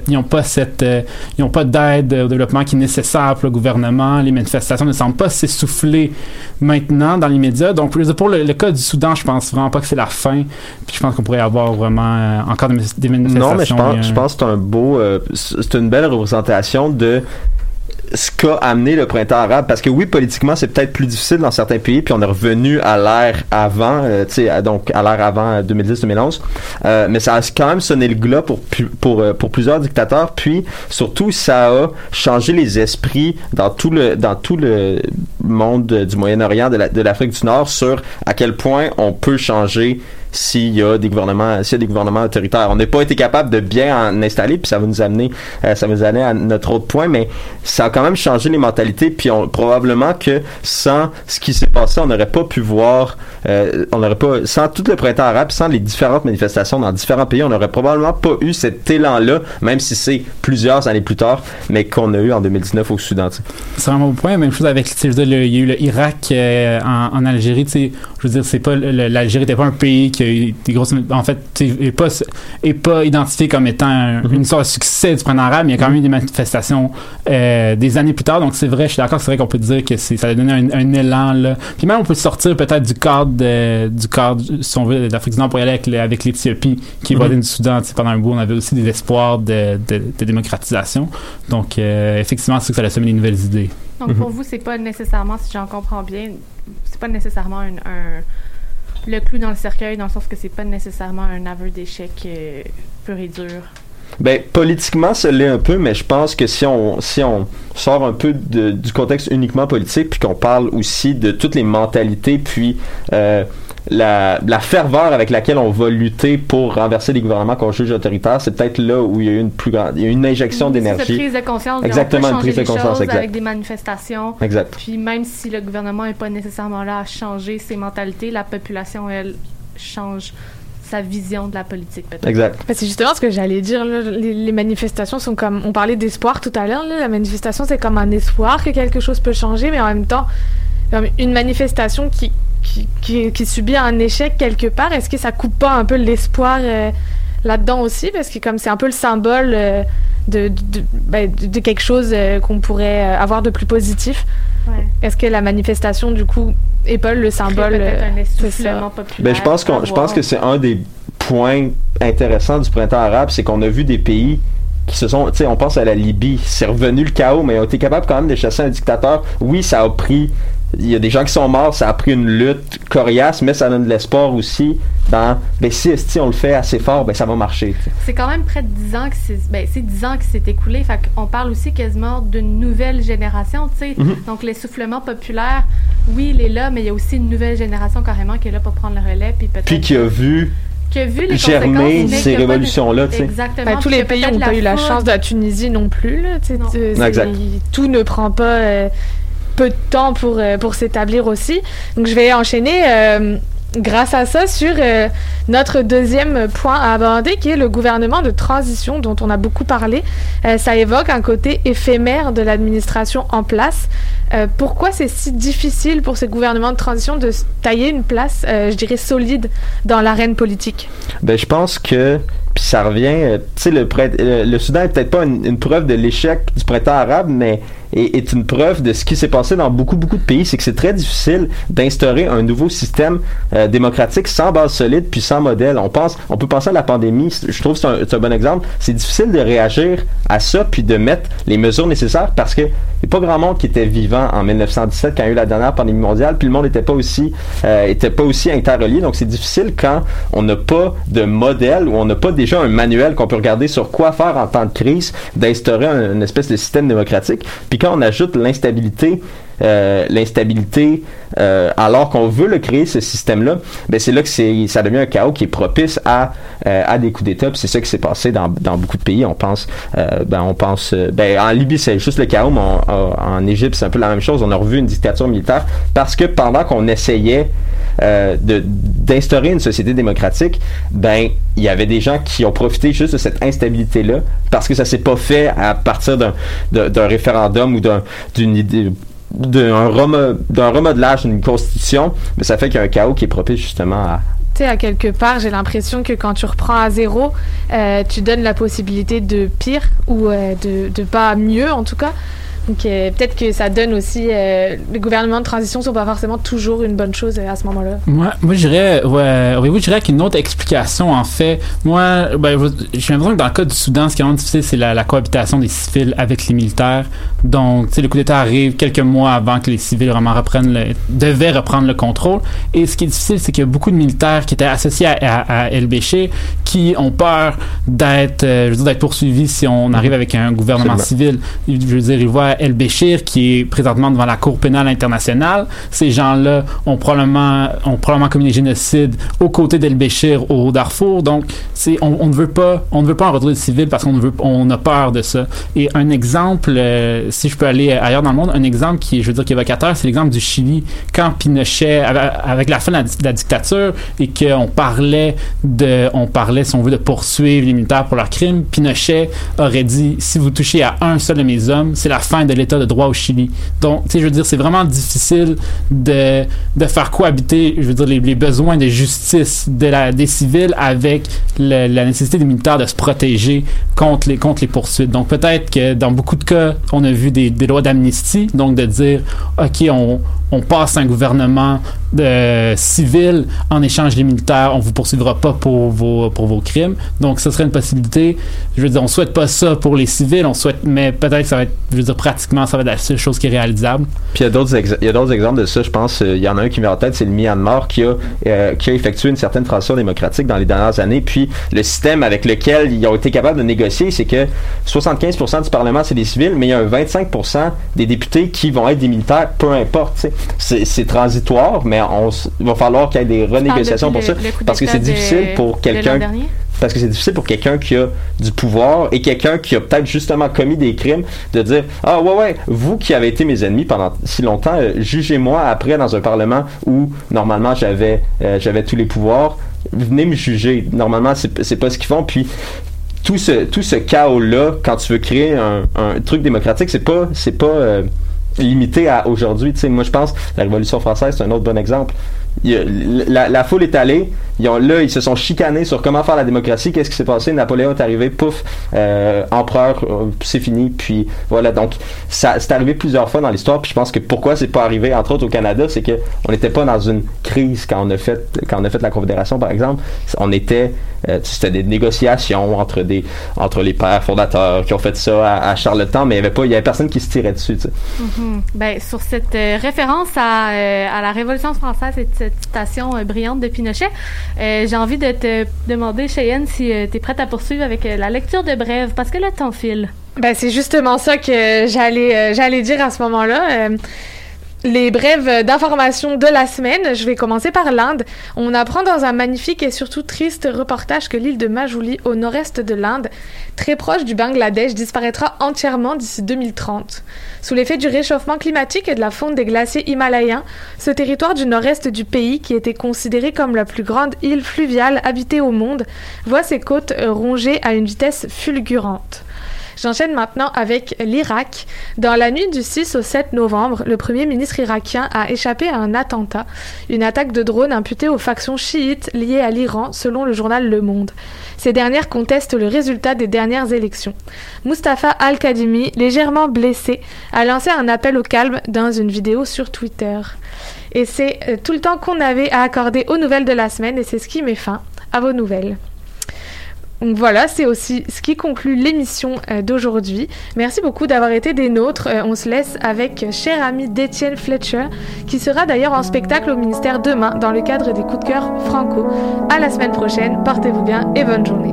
pas d'aide au développement qui est nécessaire pour le gouvernement. Les manifestations ne semblent pas s'essouffler maintenant dans l'immédiat. Donc, pour le cas du Soudan, je pense vraiment pas que c'est la fin. Puis, je pense qu'on pourrait avoir vraiment encore des manifestations. Non, mais je pense que c'est c'est une belle représentation de ce qu'a amené le printemps arabe, parce que oui, politiquement, c'est peut-être plus difficile dans certains pays, puis on est revenu à l'ère avant, donc à l'ère avant 2010-2011, mais ça a quand même sonné le glas pour plusieurs dictateurs, puis surtout, ça a changé les esprits dans tout le monde du Moyen-Orient, de l'Afrique du Nord, sur à quel point on peut changer s'il y a des gouvernements autoritaires. On n'a pas été capable de bien en installer, puis ça va nous amener à notre autre point, mais ça a quand même changé les mentalités, puis probablement que sans ce qui s'est passé, on n'aurait pas pu voir, sans tout le printemps arabe, sans les différentes manifestations dans différents pays, on n'aurait probablement pas eu cet élan-là, même si c'est plusieurs années plus tard, mais qu'on a eu en 2019 au Soudan. T'sais. C'est vraiment mon point. Même chose avec, il y a eu le Irak en Algérie. Je veux dire, c'est pas l'Algérie n'était pas un pays qui a eu des grosses, en fait, est pas identifié comme étant une histoire de succès du printemps arabe, mais il y a quand même eu des manifestations des années plus tard. Donc c'est vrai, je suis d'accord, c'est vrai qu'on peut dire que ça a donné un élan là. Puis même on peut sortir peut-être du cadre si on veut, d'Afrique du Nord pour y aller avec l'Éthiopie qui est voisine du Soudan. Pendant un bout, on avait aussi des espoirs de démocratisation. Donc effectivement, c'est que ça a semé des nouvelles idées. Donc pour vous, c'est pas nécessairement, si j'en comprends bien, c'est pas nécessairement le clou dans le cercueil, dans le sens que c'est pas nécessairement un aveu d'échec pur et dur. Ben, politiquement, ça l'est un peu, mais je pense que si on sort un peu du contexte uniquement politique, puis qu'on parle aussi de toutes les mentalités, puis la ferveur avec laquelle on va lutter pour renverser les gouvernements qu'on juge autoritaires, c'est peut-être là où il y a eu une injection d'énergie. Cette prise de conscience. Exactement, une prise de conscience, exact. Avec des manifestations. Exact. Puis même si le gouvernement n'est pas nécessairement là à changer ses mentalités, la population, elle, change sa vision de la politique, peut-être. Exact. C'est justement ce que j'allais dire. Là. Les manifestations sont comme... On parlait d'espoir tout à l'heure. Là. La manifestation, c'est comme un espoir que quelque chose peut changer, mais en même temps, comme une manifestation qui subit un échec quelque part, est-ce que ça coupe pas un peu l'espoir là-dedans aussi? Parce que comme c'est un peu le symbole de quelque chose qu'on pourrait avoir de plus positif. Ouais. Est-ce que la manifestation, du coup, est pas le symbole? Peut-être un essoufflement populaire. Ben, je pense que c'est un des points intéressants du printemps arabe, c'est qu'on a vu des pays qui se sont, tu sais, on pense à la Libye, c'est revenu le chaos, mais ils ont été capables quand même de chasser un dictateur. Oui, ça a pris, il y a des gens qui sont morts, ça a pris une lutte coriace, mais ça donne de l'espoir aussi dans, ben si on le fait assez fort, ben ça va marcher. T'sais. C'est quand même près de 10 ans c'est 10 ans qui s'est écoulé, fait qu'on parle aussi quasiment d'une nouvelle génération, tu sais. Mm-hmm. Donc l'essoufflement populaire, oui, il est là, mais il y a aussi une nouvelle génération carrément qui est là pour prendre le relais, puis qui a vu les germer ces révolutions-là, tu sais. Exactement. Ben, tous les pays n'ont pas eu la chance de la Tunisie non plus, là. Tout ne prend pas peu de temps pour s'établir aussi. Donc, je vais enchaîner grâce à ça sur notre deuxième point à aborder, qui est le gouvernement de transition, dont on a beaucoup parlé. Ça évoque un côté éphémère de l'administration en place. Pourquoi c'est si difficile pour ce gouvernement de transition de tailler une place, je dirais, solide dans l'arène politique? Ben, je pense que, puis ça revient, tu sais, le Soudan est peut-être pas une preuve de l'échec du printemps arabe, mais est une preuve de ce qui s'est passé dans beaucoup de pays. C'est que c'est très difficile d'instaurer un nouveau système démocratique sans base solide puis sans modèle. On peut penser à la pandémie, je trouve que c'est un bon exemple. C'est difficile de réagir à ça puis de mettre les mesures nécessaires parce que il n'y a pas grand monde qui était vivant en 1917 quand il y a eu la dernière pandémie mondiale, puis le monde n'était pas aussi interrelié. Donc c'est difficile quand on n'a pas de modèle ou on n'a pas déjà un manuel qu'on peut regarder sur quoi faire en temps de crise, d'instaurer une espèce de système démocratique. Puis quand on ajoute l'instabilité alors qu'on veut le créer, ce système-là, ben c'est là que ça devient un chaos qui est propice à des coups d'État. Puis c'est ça qui s'est passé dans beaucoup de pays. On pense en Libye c'est juste le chaos, mais en Égypte c'est un peu la même chose. On a revu une dictature militaire parce que pendant qu'on essayait d'instaurer une société démocratique, ben il y avait des gens qui ont profité juste de cette instabilité-là parce que ça s'est pas fait à partir d'un référendum ou d'une idée d'un remodelage d'une constitution, mais ça fait qu'il y a un chaos qui est propice justement à... Tu sais, à quelque part, j'ai l'impression que quand tu reprends à zéro, tu donnes la possibilité de pire ou de pas mieux en tout cas. Donc peut-être que ça donne aussi les gouvernements de transition sont pas forcément toujours une bonne chose à ce moment-là. Moi je dirais je dirais qu'une autre explication en fait, moi j'ai l'impression que dans le cas du Soudan, ce qui est vraiment difficile, c'est la cohabitation des civils avec les militaires. Donc tu sais, le coup d'État arrive quelques mois avant que les civils vraiment devaient reprendre le contrôle. Et ce qui est difficile, c'est qu'il y a beaucoup de militaires qui étaient associés à El-Béchir qui ont peur d'être poursuivis si on arrive avec un gouvernement civil. Je veux dire, ils voient El-Béchir qui est présentement devant la Cour pénale internationale. Ces gens-là ont probablement commis des génocides aux côtés d'El-Béchir au Darfour. Donc, on ne veut pas un retour des civils parce qu'on a peur de ça. Et un exemple, si je peux aller ailleurs dans le monde, un exemple qui est évocateur, c'est l'exemple du Chili. Quand Pinochet, avec la fin de la dictature, et qu'on parlait, si on veut, de poursuivre les militaires pour leurs crimes, Pinochet aurait dit, si vous touchez à un seul de mes hommes, c'est la fin de l'état de droit au Chili. Donc, tu sais, je veux dire, c'est vraiment difficile de faire cohabiter, je veux dire, les besoins de justice des civils avec la nécessité des militaires de se protéger contre les poursuites. Donc, peut-être que dans beaucoup de cas, on a vu des lois d'amnistie, donc de dire, OK, on passe un gouvernement civil en échange des militaires, on vous poursuivra pas pour vos crimes. Donc, ce serait une possibilité. Je veux dire, on souhaite pas ça pour les civils, mais peut-être que ça va être, je veux dire, pratiquement, ça va être la seule chose qui est réalisable. Puis il y a d'autres exemples de ça, je pense. Il y en a un qui me vient en tête, c'est le Myanmar qui a effectué une certaine transition démocratique dans les dernières années. Puis le système avec lequel ils ont été capables de négocier, c'est que 75% du Parlement, c'est des civils, mais il y a un 25% des députés qui vont être des militaires, peu importe. C'est transitoire, mais il va falloir qu'il y ait des renégociations pour ça. Parce que c'est difficile pour quelqu'un. Parce que c'est difficile pour quelqu'un qui a du pouvoir et quelqu'un qui a peut-être justement commis des crimes de dire vous qui avez été mes ennemis pendant si longtemps, jugez-moi après dans un parlement où normalement j'avais tous les pouvoirs, venez me juger. Normalement c'est pas ce qu'ils font. Puis tout ce chaos-là, quand tu veux créer un truc démocratique, c'est pas limité à aujourd'hui. Tu sais, moi je pense la Révolution française, c'est un autre bon exemple. La foule est allée, ils se sont chicanés sur comment faire la démocratie. Qu'est-ce qui s'est passé? Napoléon est arrivé, pouf, empereur, c'est fini. Puis voilà, donc c'est arrivé plusieurs fois dans l'histoire. Puis je pense que pourquoi c'est pas arrivé, entre autres au Canada, c'est que on n'était pas dans une crise quand on a fait la Confédération, par exemple. C'était des négociations entre les pères fondateurs qui ont fait ça à Charlottetown, mais il y avait personne qui se tirait dessus. Tu sais. Mm-hmm. Ben, sur cette référence à la Révolution française et cette citation brillante de Pinochet, j'ai envie de te demander, Cheyenne, si tu es prête à poursuivre avec la lecture de brèves, parce que le temps file. Ben, c'est justement ça que j'allais dire à ce moment-là. Les brèves d'information de la semaine, je vais commencer par l'Inde. On apprend dans un magnifique et surtout triste reportage que l'île de Majuli, au nord-est de l'Inde, très proche du Bangladesh, disparaîtra entièrement d'ici 2030. Sous l'effet du réchauffement climatique et de la fonte des glaciers himalayens, ce territoire du nord-est du pays, qui était considéré comme la plus grande île fluviale habitée au monde, voit ses côtes rongées à une vitesse fulgurante. J'enchaîne maintenant avec l'Irak. Dans la nuit du 6 au 7 novembre, le premier ministre irakien a échappé à un attentat, une attaque de drone imputée aux factions chiites liées à l'Iran, selon le journal Le Monde. Ces dernières contestent le résultat des dernières élections. Mustafa Al-Kadhimi, légèrement blessé, a lancé un appel au calme dans une vidéo sur Twitter. Et c'est tout le temps qu'on avait à accorder aux nouvelles de la semaine, et c'est ce qui met fin à vos nouvelles. Donc voilà, c'est aussi ce qui conclut l'émission d'aujourd'hui. Merci beaucoup d'avoir été des nôtres. On se laisse avec Cher ami d'Étienne Fletcher, qui sera d'ailleurs en spectacle au ministère demain dans le cadre des coups de cœur franco. À la semaine prochaine, portez-vous bien et bonne journée.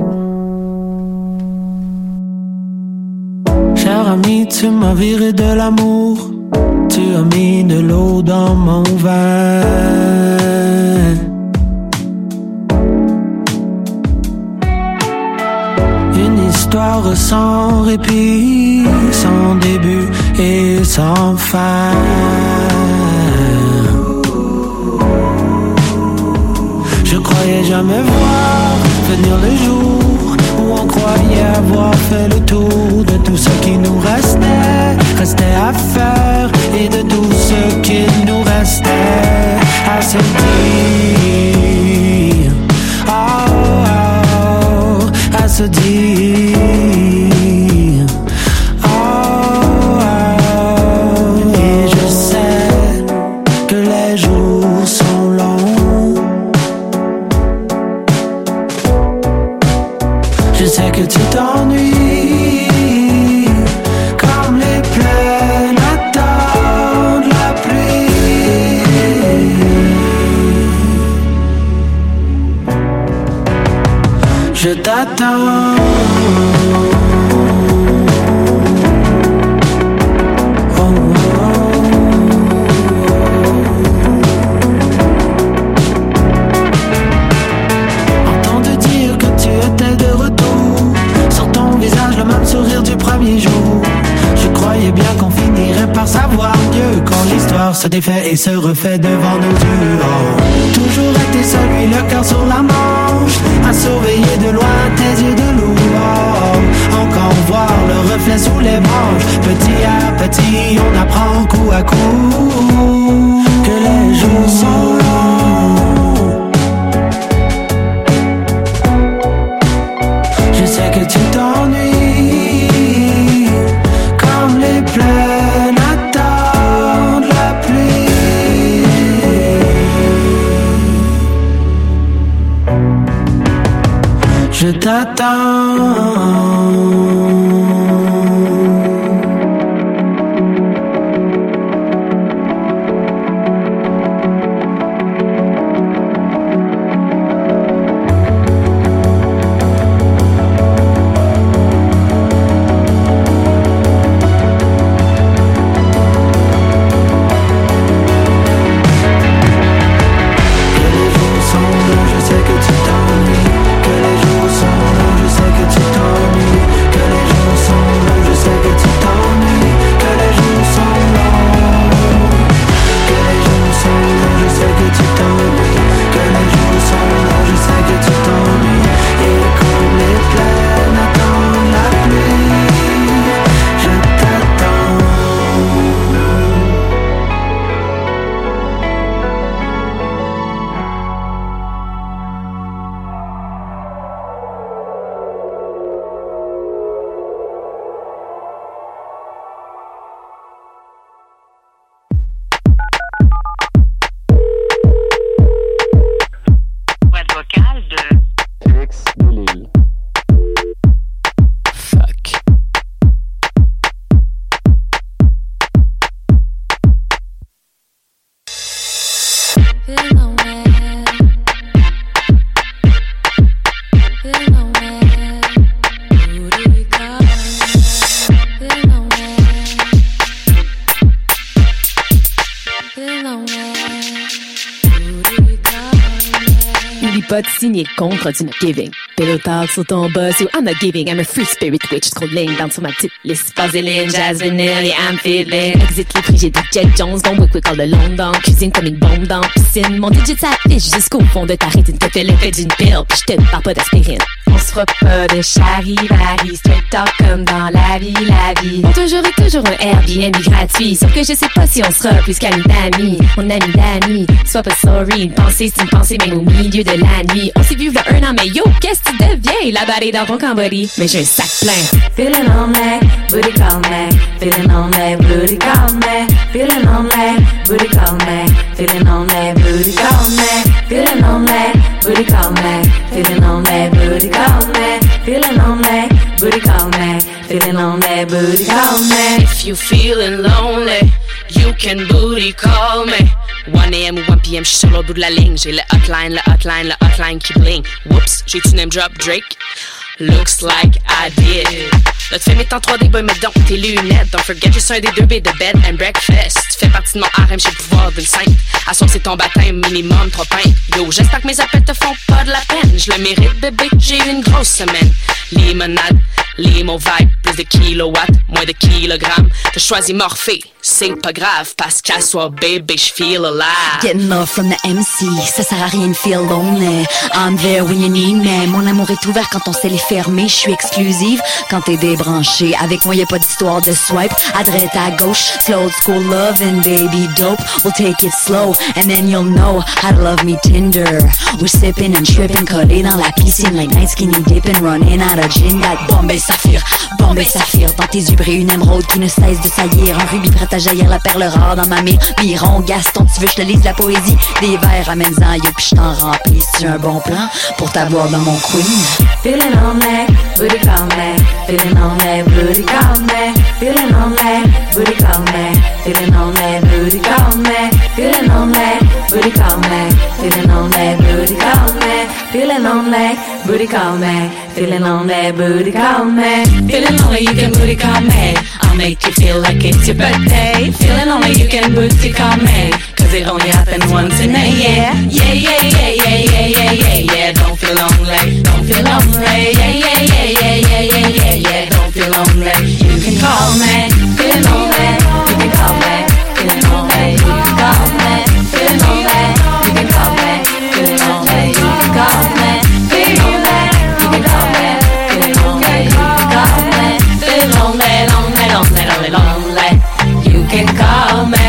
Cher ami, tu m'as viré de l'amour, tu as mis de l'eau dans mon vin. Histoire sans répit, sans début et sans fin. Je croyais jamais voir venir le jour où on croyait avoir fait le tour de tout ce qui nous restait à faire, et de tout ce qu'il nous restait à se dire. À se dire. Je t'attends. Entendu dire que tu étais de retour, sur ton visage le même sourire du premier jour. Je croyais bien qu'on finirait par savoir mieux quand l'histoire se défait et se refait devant nos yeux. Oh. Toujours été celui, le cœur sur la manche, à surveiller de loin tes yeux de loup. Oh. Encore voir le reflet sous les branches. Petit à petit on apprend coup à coup que les jours sont longs. Je sais que tu t'ennuies, comme les plaines attendent la pluie. Je t'attends. Pas de signer contre du not giving. Pillow talk sur ton boss ou I'm not giving. I'm a free spirit witch. Scrolling down sur ma petite liste. Vaseline, jazz, vanilla, yeah, I'm feeling. Exit les frigides, Jet Jones. Don't wick wick all the long down. Cuisine comme une bombe dans piscine. Mon digit s'affiche jusqu'au fond de ta rétine. Que t'es l'effet d'une pile. Pis j'te parle pas d'aspirine. On se fera pas de charivari. Straight talk comme dans la vie, la vie. On toujours et toujours un Airbnb gratuit. Sauf que je sais pas si on sera plus qu'amis d'amis. Mon ami d'amis. Sois pas sorry. Une pensée, c'est une pensée même au milieu de la nuit. On s'est vu v'là un an, mais yo, qu'est-ce que tu deviens? La balle est dans ton cambody. Mais j'ai un sac plein. Feeling on that, booty call me. Feeling on that, booty call me. Feeling on that, booty call me. Feeling on that, booty call me. Feeling on that, booty call me. Feeling on that, booty call me. Feeling on that, booty call me. Feeling on that, booty call me. If you feeling lonely, you can booty call me. 1 AM ou 1 PM, j'suis sur le bout de la ligne. J'ai le hotline qui bling. Whoops, j'ai-tu name drop Drake? Looks like I did. Notre film est en 3D, boy, mais donc tes lunettes. Don't forget, je suis un des 2B de bed and breakfast. Tu fais partie de mon harem, j'ai le pouvoir d'une sainte. À soir, c'est ton baptême, minimum 3 pintes. Yo, j'espère que mes appels te font pas de la peine. Je le mérite, bébé, j'ai eu une grosse semaine. Limonade, limo vibe, plus de kilowatts, moins de kilogrammes. T'as choisi Morphée, c'est pas grave, parce qu'à soir, bébé, j'feel alive. Getting love from the MC, ça sert à rien de feel lonely. I'm there when you need me. Mon amour est ouvert quand on sait les fermer. Je suis exclusive quand t'es débranché. Avec moi, y'a pas d'histoire de swipe. À droite, à gauche, slow school love and baby dope. We'll take it slow and then you'll know how to love me tender. We're sipping and tripping, collés dans la piscine, like night skinny dipping, running out of gin. Like Bombay Saphir dans tes yeux brille une émeraude qui ne cesse de saillir. Un rubis prêt à jaillir, la perle rare dans ma mire. Miron, Gaston, tu veux je te lise la poésie. Des vers, amène-en, yo, pis je t'en remplis. C'est un bon plan pour t'avoir dans mon queen. Feeling on that, booty call me. Feeling on that, booty call me. Feeling on that, booty call me. Feeling on that, booty call me. Feeling on that, booty call me. Feeling on that, booty call me. Feeling lonely, booty call me. Feeling lonely, booty call me. Feeling lonely, you can booty call me. I'll make you feel like it's your birthday. Feeling lonely, you can booty call me. Cause it only happens once in a year. Yeah, yeah, yeah, yeah, yeah, yeah, yeah, yeah. Don't feel lonely, don't feel lonely. Yeah, yeah, yeah, yeah, yeah, yeah, yeah, yeah. Don't feel lonely, you can call me. Feeling lonely, you can call me. Feeling lonely, you can call me. Feeling lonely, you can call me. Feeling lonely, you can call me. Feeling lonely, you can call me. Feeling lonely, you can call me. Feeling lonely, lonely, lonely, lonely, lonely. You can call me.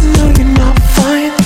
know you're not fine.